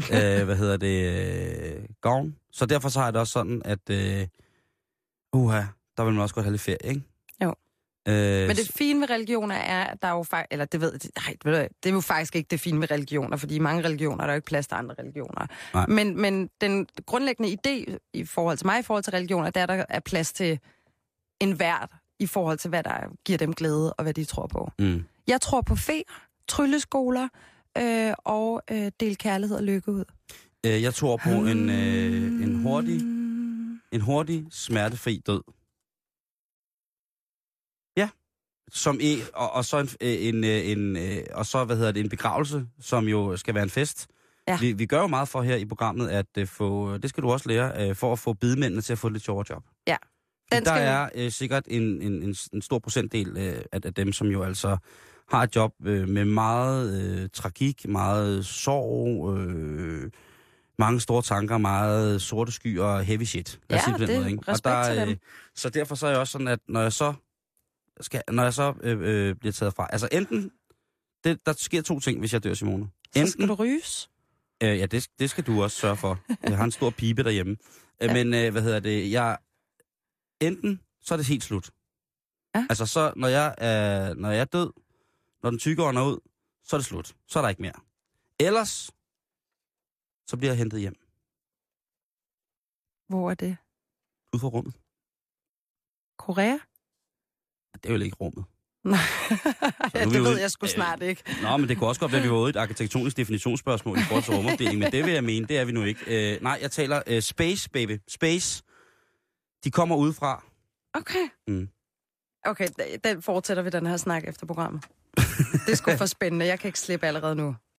[SPEAKER 4] Gavn. Så derfor så har jeg det også sådan, at der vil man også godt have lidt ferie, ikke?
[SPEAKER 5] Jo. Men det fine ved religioner er, at der er jo faktisk... Eller det er jo faktisk ikke det fine ved religioner, fordi i mange religioner er der jo ikke plads til andre religioner. Men den grundlæggende idé i forhold til mig, i forhold til religioner, der er plads til en værd i forhold til, hvad der giver dem glæde, og hvad de tror på. Jeg tror på feer, trylleskoler og del kærlighed og lykke ud.
[SPEAKER 4] Jeg tror på en hurtig, smertefri død. Ja. En begravelse, som jo skal være en fest. Ja. Vi gør jo meget for her i programmet, at det skal du også lære, for at få bedemændene til at få lidt sjovere job.
[SPEAKER 5] Ja.
[SPEAKER 4] Der er sikkert en stor procentdel af dem, som jo altså har et job med meget tragik, meget sorg, mange store tanker, meget sorte skyer og heavy shit.
[SPEAKER 5] Ja, det er respekt til dem.
[SPEAKER 4] Så derfor så er jeg også sådan, at når jeg så bliver taget fra... Altså enten... Der sker to ting, hvis jeg dør, Simone.
[SPEAKER 5] Så skal du ryges?
[SPEAKER 4] Ja, det skal du også sørge for. Jeg har en stor pibe derhjemme. Ja. Men enten så er det helt slut. Ja. Altså så, når jeg er død, når den tykke ånder ud, så er det slut. Så er der ikke mere. Ellers, så bliver jeg hentet hjem.
[SPEAKER 5] Hvor er det?
[SPEAKER 4] Ud fra rummet.
[SPEAKER 5] Korea?
[SPEAKER 4] Det er jo ikke rummet.
[SPEAKER 5] Ja, det ved jeg sgu snart ikke.
[SPEAKER 4] Nå, men det kunne også godt være, at vi var ude i et arkitektonisk definitionsspørgsmål i forhold til rumopdeling, men det vil jeg mene, det er vi nu ikke. Nej, jeg taler space, baby. Space. De kommer udefra.
[SPEAKER 5] Okay.
[SPEAKER 4] Mm.
[SPEAKER 5] Okay, den fortsætter vi den her snak efter programmet. Det er sgu for spændende. Jeg kan ikke slippe allerede nu.